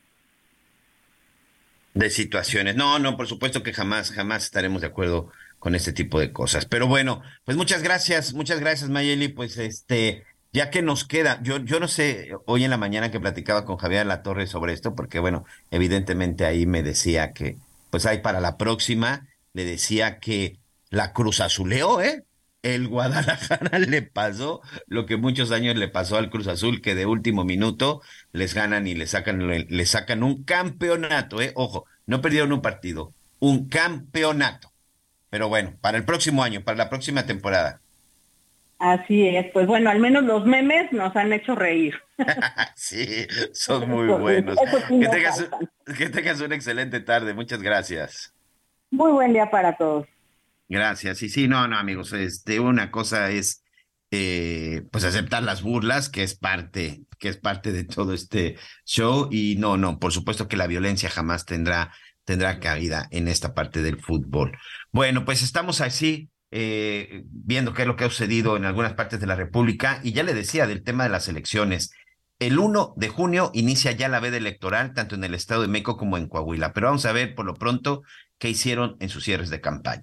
H: De situaciones. No, por supuesto que jamás estaremos de acuerdo con este tipo de cosas. Pero bueno, pues muchas gracias, Mayeli, pues ya que nos queda, yo no sé, hoy en la mañana que platicaba con Javier Alatorre sobre esto, porque bueno, evidentemente ahí me decía que pues hay para la próxima, le decía que la Cruz Azuleó, el Guadalajara le pasó lo que muchos años le pasó al Cruz Azul, que de último minuto les ganan y le sacan un campeonato, ojo, no perdieron un partido, un campeonato. Pero bueno, para el próximo año, para la próxima temporada.
P: Así es, pues bueno, al menos los memes nos han hecho reír.
H: Sí, son muy buenos. Que tengas una excelente tarde, muchas gracias.
P: Muy buen día para todos.
H: Gracias. Y sí, no, amigos, una cosa es pues aceptar las burlas, que es parte de todo este show, y no, por supuesto que la violencia jamás tendrá cabida en esta parte del fútbol. Bueno, pues estamos así viendo qué es lo que ha sucedido en algunas partes de la República, y ya le decía del tema de las elecciones. El 1 de junio inicia ya la veda electoral, tanto en el Estado de México como en Coahuila, pero vamos a ver por lo pronto qué hicieron en sus cierres de campaña.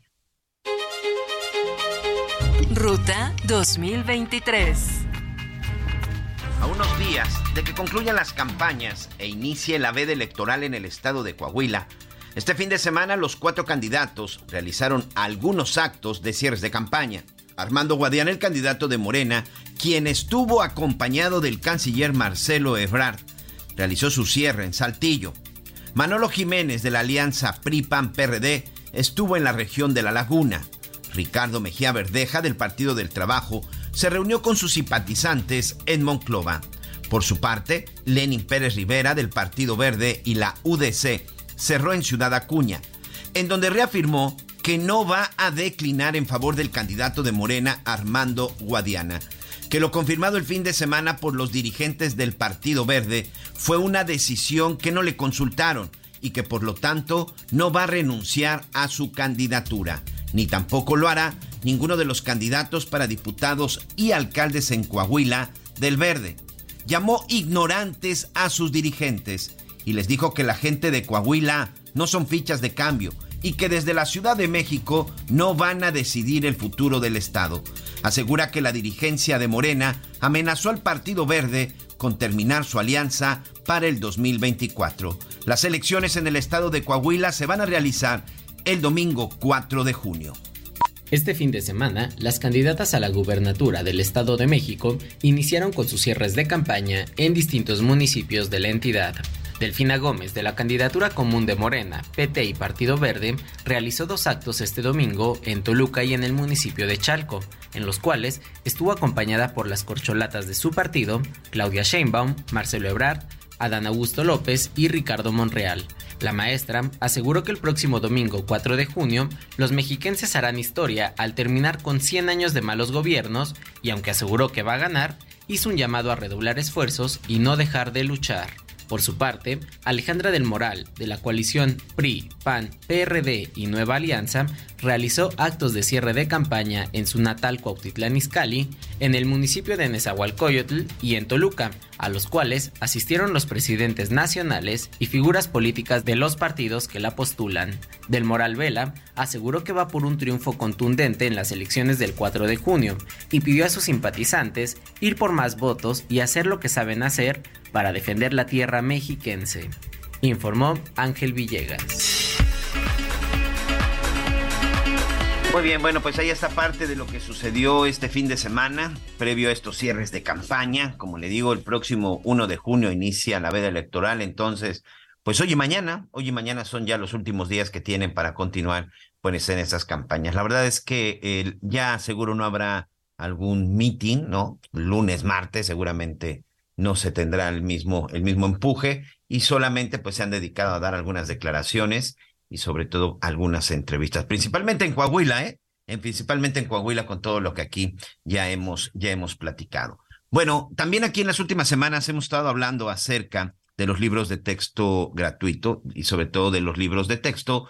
Q: Ruta 2023.
H: A unos días de que concluyan las campañas e inicie la veda electoral en el estado de Coahuila, este fin de semana los 4 candidatos realizaron algunos actos de cierres de campaña. Armando Guadiana, el candidato de Morena, quien estuvo acompañado del canciller Marcelo Ebrard, realizó su cierre en Saltillo. Manolo Jiménez, de la alianza PRI-PAN-PRD, estuvo en la región de La Laguna. Ricardo Mejía Verdeja, del Partido del Trabajo, se reunió con sus simpatizantes en Monclova. Por su parte, Lenín Pérez Rivera, del Partido Verde, y la UDC, cerró en Ciudad Acuña, en donde reafirmó que no va a declinar en favor del candidato de Morena, Armando Guadiana, que lo confirmado el fin de semana por los dirigentes del Partido Verde fue una decisión que no le consultaron y que por lo tanto no va a renunciar a su candidatura, ni tampoco lo hará ninguno de los candidatos para diputados y alcaldes en Coahuila del Verde. Llamó ignorantes a sus dirigentes y les dijo que la gente de Coahuila no son fichas de cambio y que desde la Ciudad de México no van a decidir el futuro del estado. Asegura que la dirigencia de Morena amenazó al Partido Verde con terminar su alianza para el 2024. Las elecciones en el estado de Coahuila se van a realizar el domingo 4 de junio.
J: Este fin de semana, las candidatas a la gubernatura del Estado de México iniciaron con sus cierres de campaña en distintos municipios de la entidad. Delfina Gómez, de la candidatura común de Morena, PT y Partido Verde, realizó 2 actos este domingo en Toluca y en el municipio de Chalco, en los cuales estuvo acompañada por las corcholatas de su partido, Claudia Sheinbaum, Marcelo Ebrard, Adán Augusto López y Ricardo Monreal. La maestra aseguró que el próximo domingo 4 de junio, los mexiquenses harán historia al terminar con 100 años de malos gobiernos y aunque aseguró que va a ganar, hizo un llamado a redoblar esfuerzos y no dejar de luchar. Por su parte, Alejandra del Moral, de la coalición PRI, PAN, PRD y Nueva Alianza, realizó actos de cierre de campaña en su natal Cuautitlán Izcalli, en el municipio de Nezahualcóyotl y en Toluca, a los cuales asistieron los presidentes nacionales y figuras políticas de los partidos que la postulan. Del Moral Vela aseguró que va por un triunfo contundente en las elecciones del 4 de junio y pidió a sus simpatizantes ir por más votos y hacer lo que saben hacer para defender la tierra mexiquense, informó Ángel Villegas.
H: Muy bien, bueno, pues ahí está parte de lo que sucedió este fin de semana, previo a estos cierres de campaña. Como le digo, el próximo 1 de junio inicia la veda electoral, entonces, pues hoy y mañana son ya los últimos días que tienen para continuar pues en esas campañas. La verdad es que ya seguro no habrá algún meeting, ¿no? Lunes, martes, seguramente no se tendrá el mismo empuje y solamente pues se han dedicado a dar algunas declaraciones y sobre todo algunas entrevistas, principalmente en Coahuila, principalmente en Coahuila con todo lo que aquí ya hemos platicado. Bueno, también aquí en las últimas semanas hemos estado hablando acerca de los libros de texto gratuito y sobre todo de los libros de texto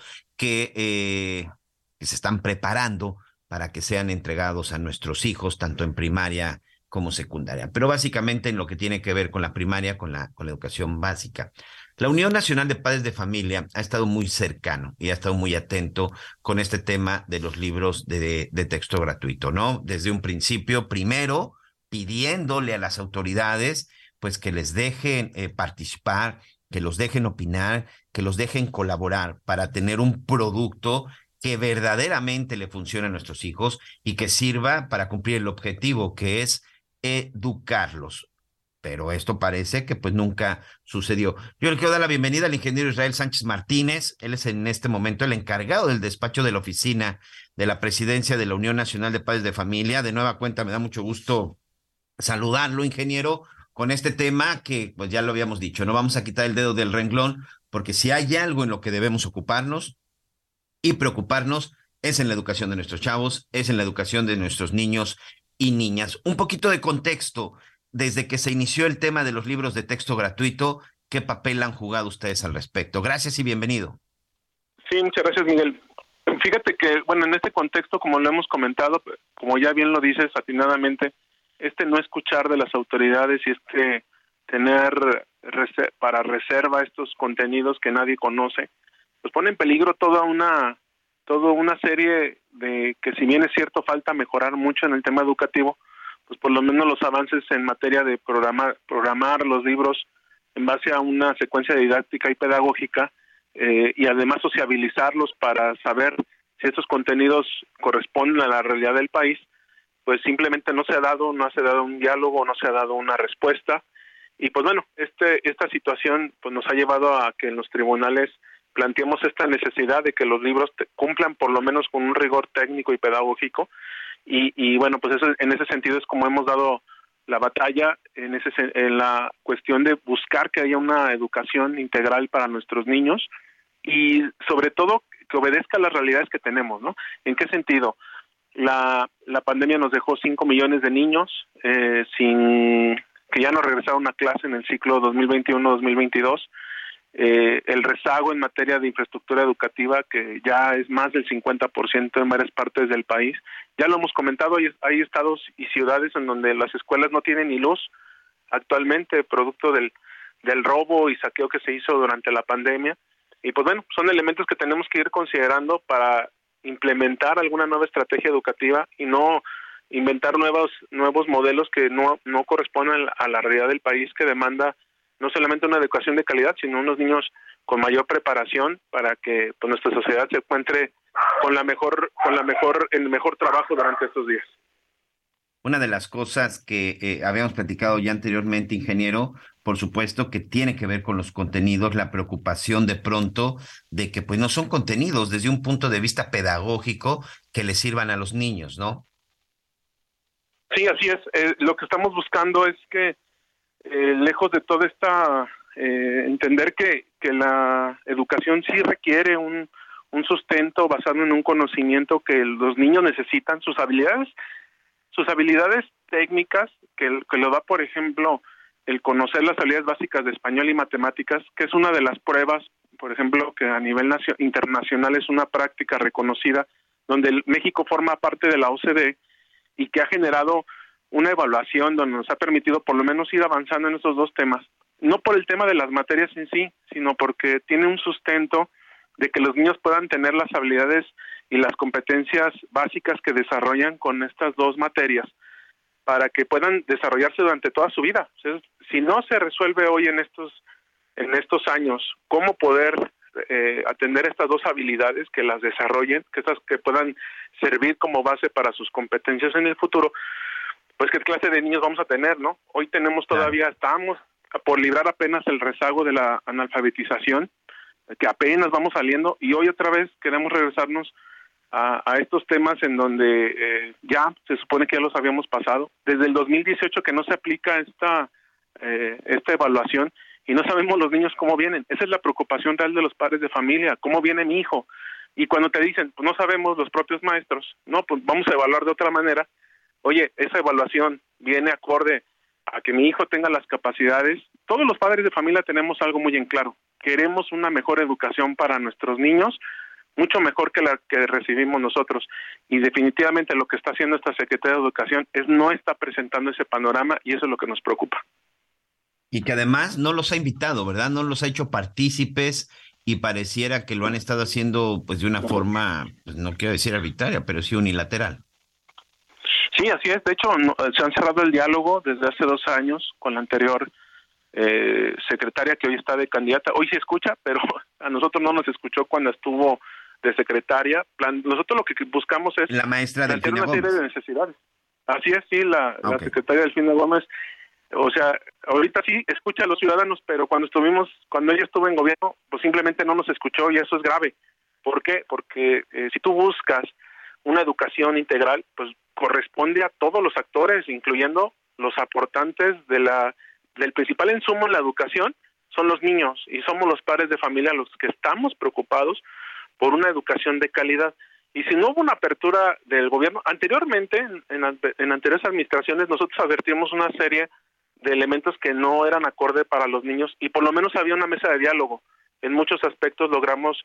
H: que se están preparando para que sean entregados a nuestros hijos, tanto en primaria como secundaria, pero básicamente en lo que tiene que ver con la primaria, con la educación básica. La Unión Nacional de Padres de Familia ha estado muy cercano y ha estado muy atento con este tema de los libros de texto gratuito, ¿no? Desde un principio, primero, pidiéndole a las autoridades, pues que les dejen participar, que los dejen opinar, que los dejen colaborar para tener un producto que verdaderamente le funcione a nuestros hijos y que sirva para cumplir el objetivo, que es educarlos. Pero esto parece que pues nunca sucedió. Yo le quiero dar la bienvenida al ingeniero Israel Sánchez Martínez. Él es en este momento el encargado del despacho de la oficina de la presidencia de la Unión Nacional de Padres de Familia. De nueva cuenta, me da mucho gusto saludarlo, ingeniero, con este tema que pues ya lo habíamos dicho, no vamos a quitar el dedo del renglón, porque si hay algo en lo que debemos ocuparnos y preocuparnos es en la educación de nuestros chavos, es en la educación de nuestros niños y niñas. Un poquito de contexto. Desde que se inició el tema de los libros de texto gratuito, ¿qué papel han jugado ustedes al respecto? Gracias y bienvenido.
R: Sí, muchas gracias, Miguel. Fíjate que, bueno, en este contexto, como lo hemos comentado, como ya bien lo dices atinadamente, no escuchar de las autoridades y tener para reserva estos contenidos que nadie conoce, pues pone en peligro toda una serie de que, si bien es cierto, falta mejorar mucho en el tema educativo, pues por lo menos los avances en materia de programar los libros en base a una secuencia didáctica y pedagógica y además sociabilizarlos para saber si estos contenidos corresponden a la realidad del país, pues simplemente no se ha dado un diálogo, no se ha dado una respuesta. Y pues bueno, esta situación pues nos ha llevado a que en los tribunales planteemos esta necesidad de que los libros cumplan por lo menos con un rigor técnico y pedagógico. Y bueno, pues eso, en ese sentido es como hemos dado la batalla en la cuestión de buscar que haya una educación integral para nuestros niños y sobre todo que obedezca a las realidades que tenemos, ¿no? ¿En qué sentido? La pandemia nos dejó 5 millones de niños que ya no regresaron a clase en el ciclo 2021-2022. El rezago en materia de infraestructura educativa, que ya es más del 50% en varias partes del país. Ya lo hemos comentado, hay estados y ciudades en donde las escuelas no tienen ni luz actualmente, producto del robo y saqueo que se hizo durante la pandemia. Y pues bueno, son elementos que tenemos que ir considerando para implementar alguna nueva estrategia educativa y no inventar nuevos modelos que no corresponden a la realidad del país, que demanda no solamente una educación de calidad, sino unos niños con mayor preparación para que pues, nuestra sociedad se encuentre con el mejor trabajo durante estos días.
H: Una de las cosas que habíamos platicado ya anteriormente, ingeniero, por supuesto que tiene que ver con los contenidos, la preocupación de pronto de que pues no son contenidos desde un punto de vista pedagógico que les sirvan a los niños, ¿no?
R: Sí, así es. Lo que estamos buscando es que lejos de toda esta entender que la educación sí requiere un sustento basado en un conocimiento que los niños necesitan, sus habilidades técnicas, que lo da, por ejemplo, el conocer las habilidades básicas de español y matemáticas, que es una de las pruebas, por ejemplo, que a nivel internacional es una práctica reconocida, donde México forma parte de la OCDE y que ha generado una evaluación donde nos ha permitido por lo menos ir avanzando en estos dos temas, no por el tema de las materias en sí, sino porque tiene un sustento de que los niños puedan tener las habilidades y las competencias básicas que desarrollan con estas dos materias para que puedan desarrollarse durante toda su vida. O sea, si no se resuelve hoy en estos años cómo poder atender estas dos habilidades, que las desarrollen, que puedan servir como base para sus competencias en el futuro, pues qué clase de niños vamos a tener, ¿no? Hoy tenemos todavía, estamos por librar apenas el rezago de la analfabetización, que apenas vamos saliendo, y hoy otra vez queremos regresarnos a estos temas en donde ya se supone que ya los habíamos pasado. Desde el 2018 que no se aplica esta evaluación y no sabemos los niños cómo vienen. Esa es la preocupación real de los padres de familia, cómo viene mi hijo. Y cuando te dicen, pues no sabemos los propios maestros, no, pues vamos a evaluar de otra manera. Oye, esa evaluación viene acorde a que mi hijo tenga las capacidades. Todos los padres de familia tenemos algo muy en claro. Queremos una mejor educación para nuestros niños, mucho mejor que la que recibimos nosotros. Y definitivamente lo que está haciendo esta Secretaría de Educación no está presentando ese panorama, y eso es lo que nos preocupa.
H: Y que además no los ha invitado, ¿verdad? No los ha hecho partícipes y pareciera que lo han estado haciendo pues de una forma, pues, no quiero decir arbitraria, pero sí unilateral.
R: Sí, así es. De hecho, se han cerrado el diálogo desde hace 2 años con la anterior secretaria, que hoy está de candidata. Hoy se escucha, pero a nosotros no nos escuchó cuando estuvo de secretaria. Nosotros lo que buscamos es
H: la maestra Delfina
R: una serie de necesidades. Así es, sí, la secretaria Delfina Gómez. O sea, ahorita sí escucha a los ciudadanos, pero cuando ella estuvo en gobierno, pues simplemente no nos escuchó, y eso es grave. ¿Por qué? Porque si tú buscas una educación integral, pues corresponde a todos los actores, incluyendo los aportantes del principal insumo en la educación, son los niños, y somos los padres de familia los que estamos preocupados por una educación de calidad. Y si no hubo una apertura del gobierno, anteriormente, en anteriores administraciones, nosotros advertimos una serie de elementos que no eran acorde para los niños, y por lo menos había una mesa de diálogo. En muchos aspectos logramos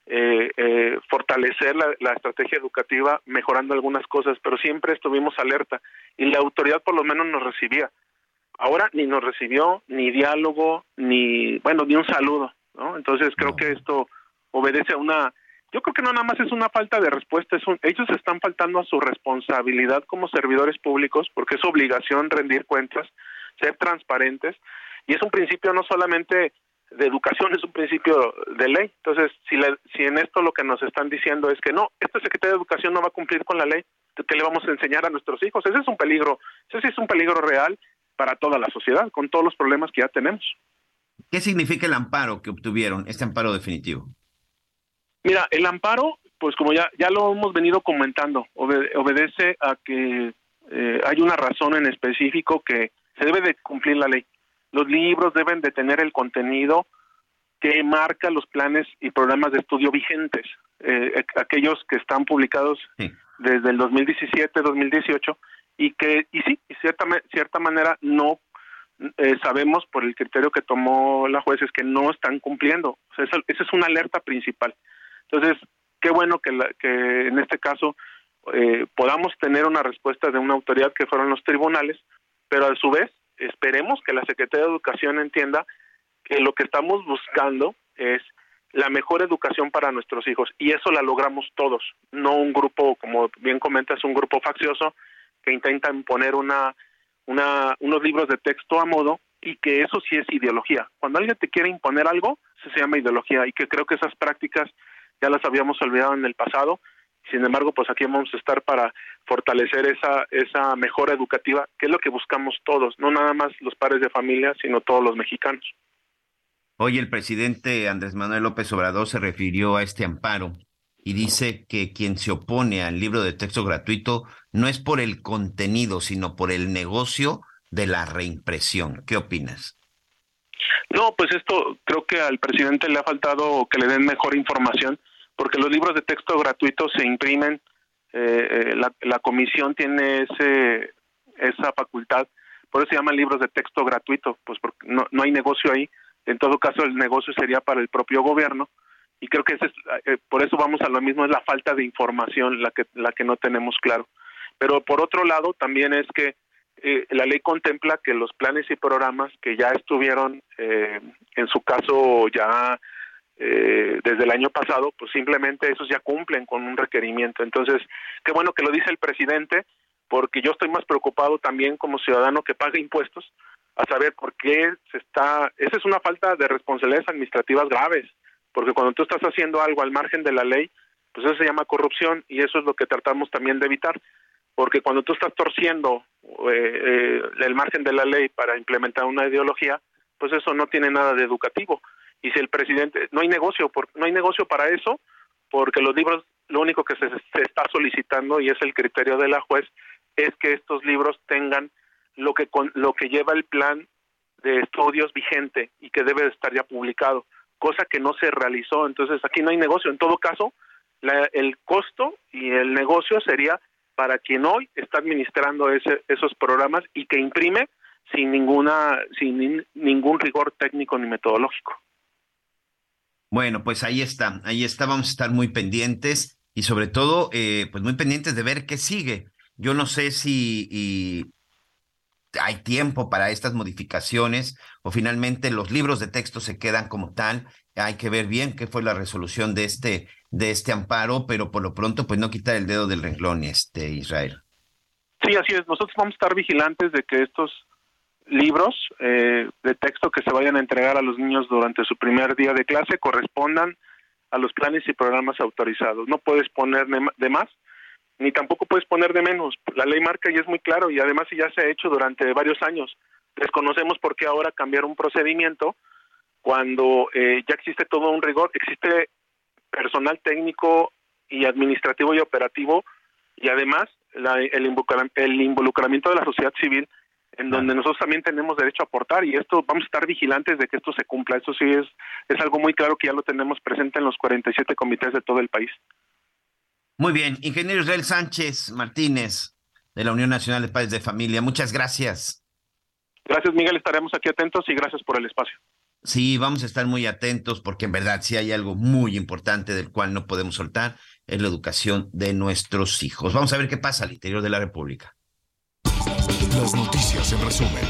R: fortalecer la estrategia educativa, mejorando algunas cosas, pero siempre estuvimos alerta, y la autoridad por lo menos nos recibía. Ahora ni nos recibió, ni diálogo, ni un saludo, ¿no? Entonces creo que esto obedece a yo creo que no nada más es una falta de respuesta, ellos están faltando a su responsabilidad como servidores públicos, porque es obligación rendir cuentas, ser transparentes, y es un principio no solamente de educación, es un principio de ley. Entonces, si en esto lo que nos están diciendo es que no, esta Secretaría de Educación no va a cumplir con la ley, ¿qué le vamos a enseñar a nuestros hijos? Ese sí es un peligro real para toda la sociedad, con todos los problemas que ya tenemos.
H: ¿Qué significa el amparo que obtuvieron, este amparo definitivo?
R: Mira, el amparo, pues como ya lo hemos venido comentando, obedece a que hay una razón en específico, que se debe de cumplir la ley. Los libros deben de tener el contenido que marca los planes y programas de estudio vigentes, aquellos que están publicados desde el 2017-2018, y cierta manera no sabemos, por el criterio que tomó la juez, es que no están cumpliendo. O sea, esa es una alerta principal. Entonces, qué bueno que en este caso podamos tener una respuesta de una autoridad, que fueron los tribunales, pero a su vez esperemos que la Secretaría de Educación entienda que lo que estamos buscando es la mejor educación para nuestros hijos, y eso la logramos todos, no un grupo, como bien comentas, un grupo faccioso que intenta imponer unos libros de texto a modo, y que eso sí es ideología. Cuando alguien te quiere imponer algo, Eso se llama ideología, y que creo que esas prácticas ya las habíamos olvidado en el pasado. Sin embargo, pues aquí vamos a estar para fortalecer esa mejora educativa, que es lo que buscamos todos, no nada más los padres de familia, sino todos los mexicanos.
H: Hoy el presidente Andrés Manuel López Obrador se refirió a este amparo y dice que quien se opone al libro de texto gratuito no es por el contenido, sino por el negocio de la reimpresión. ¿Qué opinas?
R: No, pues esto creo que al presidente le ha faltado que le den mejor información, porque los libros de texto gratuitos se imprimen, la comisión tiene esa facultad, por eso se llaman libros de texto gratuito, pues porque no hay negocio ahí. En todo caso el negocio sería para el propio gobierno, y creo que por eso vamos a lo mismo, es la falta de información la que no tenemos claro. Pero por otro lado también es que la ley contempla que los planes y programas que ya estuvieron, en su caso ya desde el año pasado, pues simplemente esos ya cumplen con un requerimiento. Entonces, qué bueno que lo dice el presidente, porque yo estoy más preocupado también como ciudadano que paga impuestos, a saber por qué esa es una falta de responsabilidades administrativas graves, porque cuando tú estás haciendo algo al margen de la ley, pues eso se llama corrupción, y eso es lo que tratamos también de evitar, porque cuando tú estás torciendo el margen de la ley para implementar una ideología, pues eso no tiene nada de educativo. Y si el presidente, no hay negocio para eso, porque los libros, lo único que se está solicitando, y es el criterio de la juez, es que estos libros tengan lo que lleva el plan de estudios vigente y que debe de estar ya publicado, cosa que no se realizó. Entonces aquí no hay negocio. En todo caso, el costo y el negocio sería para quien hoy está administrando esos programas y que imprime sin ningún rigor técnico ni metodológico.
H: Bueno, pues ahí está, vamos a estar muy pendientes y sobre todo, pues muy pendientes de ver qué sigue. Yo no sé si hay tiempo para estas modificaciones o finalmente los libros de texto se quedan como tal. Hay que ver bien qué fue la resolución de este amparo, pero por lo pronto pues no quitar el dedo del renglón, Israel.
R: Sí, así es. Nosotros vamos a estar vigilantes de que estos libros de texto que se vayan a entregar a los niños durante su primer día de clase correspondan a los planes y programas autorizados. No puedes poner de más, ni tampoco puedes poner de menos. La ley marca y es muy claro, y además ya se ha hecho durante varios años. Desconocemos por qué ahora cambiar un procedimiento cuando ya existe todo un rigor, existe personal técnico y administrativo y operativo, y además el involucramiento de la sociedad civil, en donde nosotros también tenemos derecho a aportar, y esto vamos a estar vigilantes de que esto se cumpla. Eso sí es algo muy claro que ya lo tenemos presente en los 47 comités de todo el país.
H: Muy bien, ingeniero Israel Sánchez Martínez, de la Unión Nacional de Padres de Familia, muchas gracias.
R: Gracias, Miguel, estaremos aquí atentos y gracias por el espacio.
H: Sí, vamos a estar muy atentos porque en verdad sí hay algo muy importante del cual no podemos soltar, es la educación de nuestros hijos. Vamos a ver qué pasa al interior de la República.
E: Las noticias en resumen.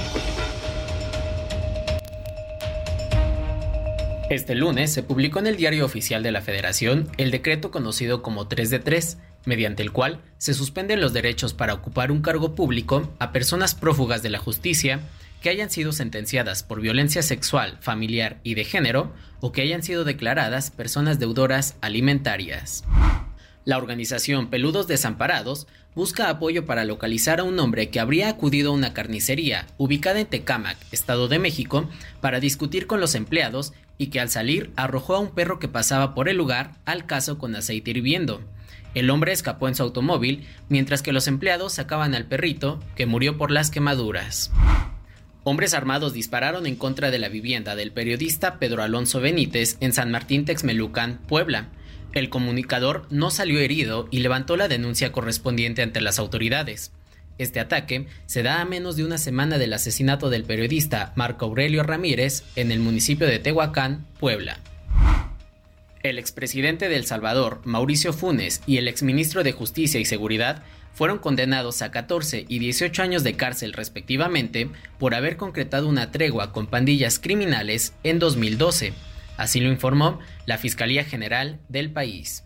J: Este lunes se publicó en el Diario Oficial de la Federación el decreto conocido como 3 de 3, mediante el cual se suspenden los derechos para ocupar un cargo público a personas prófugas de la justicia que hayan sido sentenciadas por violencia sexual, familiar y de género, o que hayan sido declaradas personas deudoras alimentarias. La organización Peludos Desamparados busca apoyo para localizar a un hombre que habría acudido a una carnicería ubicada en Tecámac, Estado de México, para discutir con los empleados y que al salir arrojó a un perro que pasaba por el lugar al cazo con aceite hirviendo. El hombre escapó en su automóvil, mientras que los empleados sacaban al perrito, que murió por las quemaduras. Hombres armados dispararon en contra de la vivienda del periodista Pedro Alonso Benítez en San Martín Texmelucan, Puebla. El comunicador no salió herido y levantó la denuncia correspondiente ante las autoridades. Este ataque se da a menos de una semana del asesinato del periodista Marco Aurelio Ramírez en el municipio de Tehuacán, Puebla. El expresidente de El Salvador, Mauricio Funes, y el exministro de Justicia y Seguridad fueron condenados a 14 y 18 años de cárcel respectivamente por haber concretado una tregua con pandillas criminales en 2012. Así lo informó la Fiscalía General del país.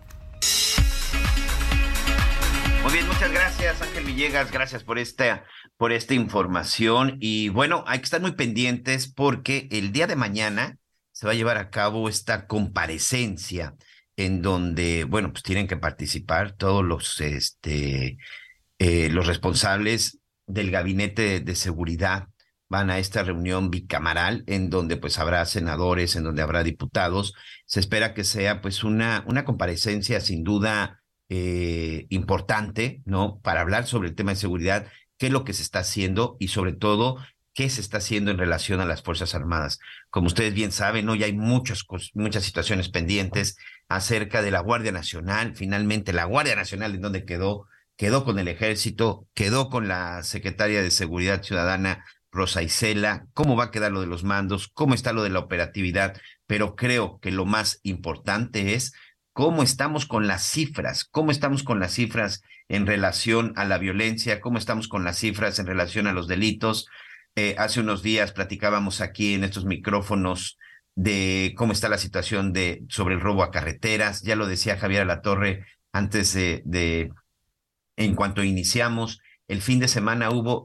H: Muy bien, muchas gracias, Ángel Villegas, gracias por esta información. Y bueno, hay que estar muy pendientes porque el día de mañana se va a llevar a cabo esta comparecencia en donde, bueno, pues tienen que participar todos los responsables del gabinete de seguridad. Van a esta reunión bicamaral en donde pues habrá senadores, en donde habrá diputados. Se espera que sea pues una comparecencia sin duda importante, ¿no? Para hablar sobre el tema de seguridad, qué es lo que se está haciendo y sobre todo qué se está haciendo en relación a las Fuerzas Armadas. Como ustedes bien saben, hoy hay muchas situaciones pendientes acerca de la Guardia Nacional. Finalmente, la Guardia Nacional, ¿en dónde quedó? Quedó con el Ejército, quedó con la Secretaria de Seguridad Ciudadana, Rosa Isela. ¿Cómo va a quedar lo de los mandos? ¿Cómo está lo de la operatividad? Pero creo que lo más importante es cómo estamos con las cifras, en relación a la violencia, cómo estamos con las cifras en relación a los delitos. Hace unos días platicábamos aquí en estos micrófonos de cómo está la situación sobre el robo a carreteras. Ya lo decía Javier Alatorre antes en cuanto iniciamos, el fin de semana hubo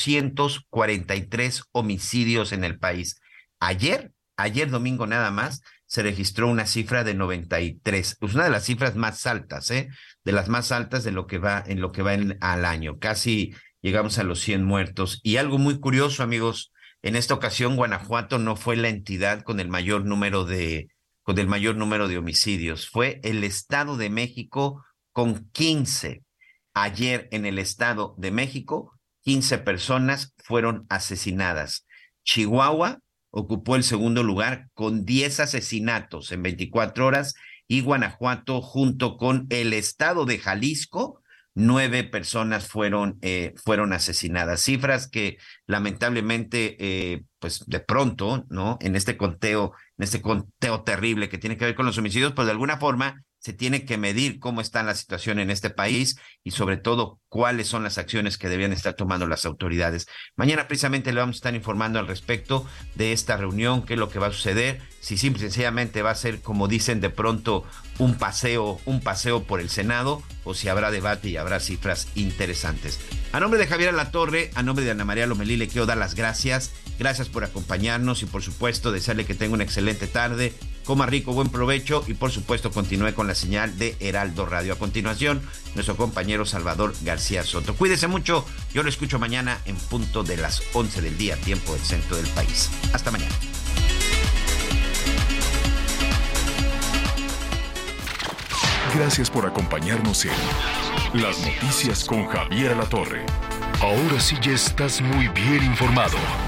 H: 243 homicidios en el país. Ayer domingo nada más, se registró una cifra de 93. Es una de las cifras más altas, de las más altas de lo que va al año. Casi llegamos a los 100 muertos. Y algo muy curioso, amigos, en esta ocasión Guanajuato no fue la entidad con el mayor número de homicidios. Fue el Estado de México con 15. Ayer en el Estado de México, 15 personas fueron asesinadas. Chihuahua ocupó el segundo lugar con 10 asesinatos en 24 horas y Guanajuato, junto con el Estado de Jalisco, 9 personas fueron asesinadas. Cifras que lamentablemente, pues de pronto, ¿no? En este conteo terrible que tiene que ver con los homicidios, pues de alguna forma se tiene que medir cómo está la situación en este país y sobre todo cuáles son las acciones que debían estar tomando las autoridades. Mañana precisamente le vamos a estar informando al respecto de esta reunión, qué es lo que va a suceder, si simple y sencillamente va a ser, como dicen de pronto, un paseo por el Senado, o si habrá debate y habrá cifras interesantes. A nombre de Javier Alatorre, a nombre de Ana María Lomelí, le quiero dar las gracias. Gracias por acompañarnos y por supuesto desearle que tenga una excelente tarde, coma rico, buen provecho y por supuesto continúe con la señal de Heraldo Radio. A continuación, nuestro compañero Salvador García Soto. Cuídese mucho, yo lo escucho mañana en punto de las 11 del día, tiempo del centro del país. Hasta mañana.
E: Gracias por acompañarnos en Las Noticias con Javier Alatorre. Ahora sí ya estás muy bien informado.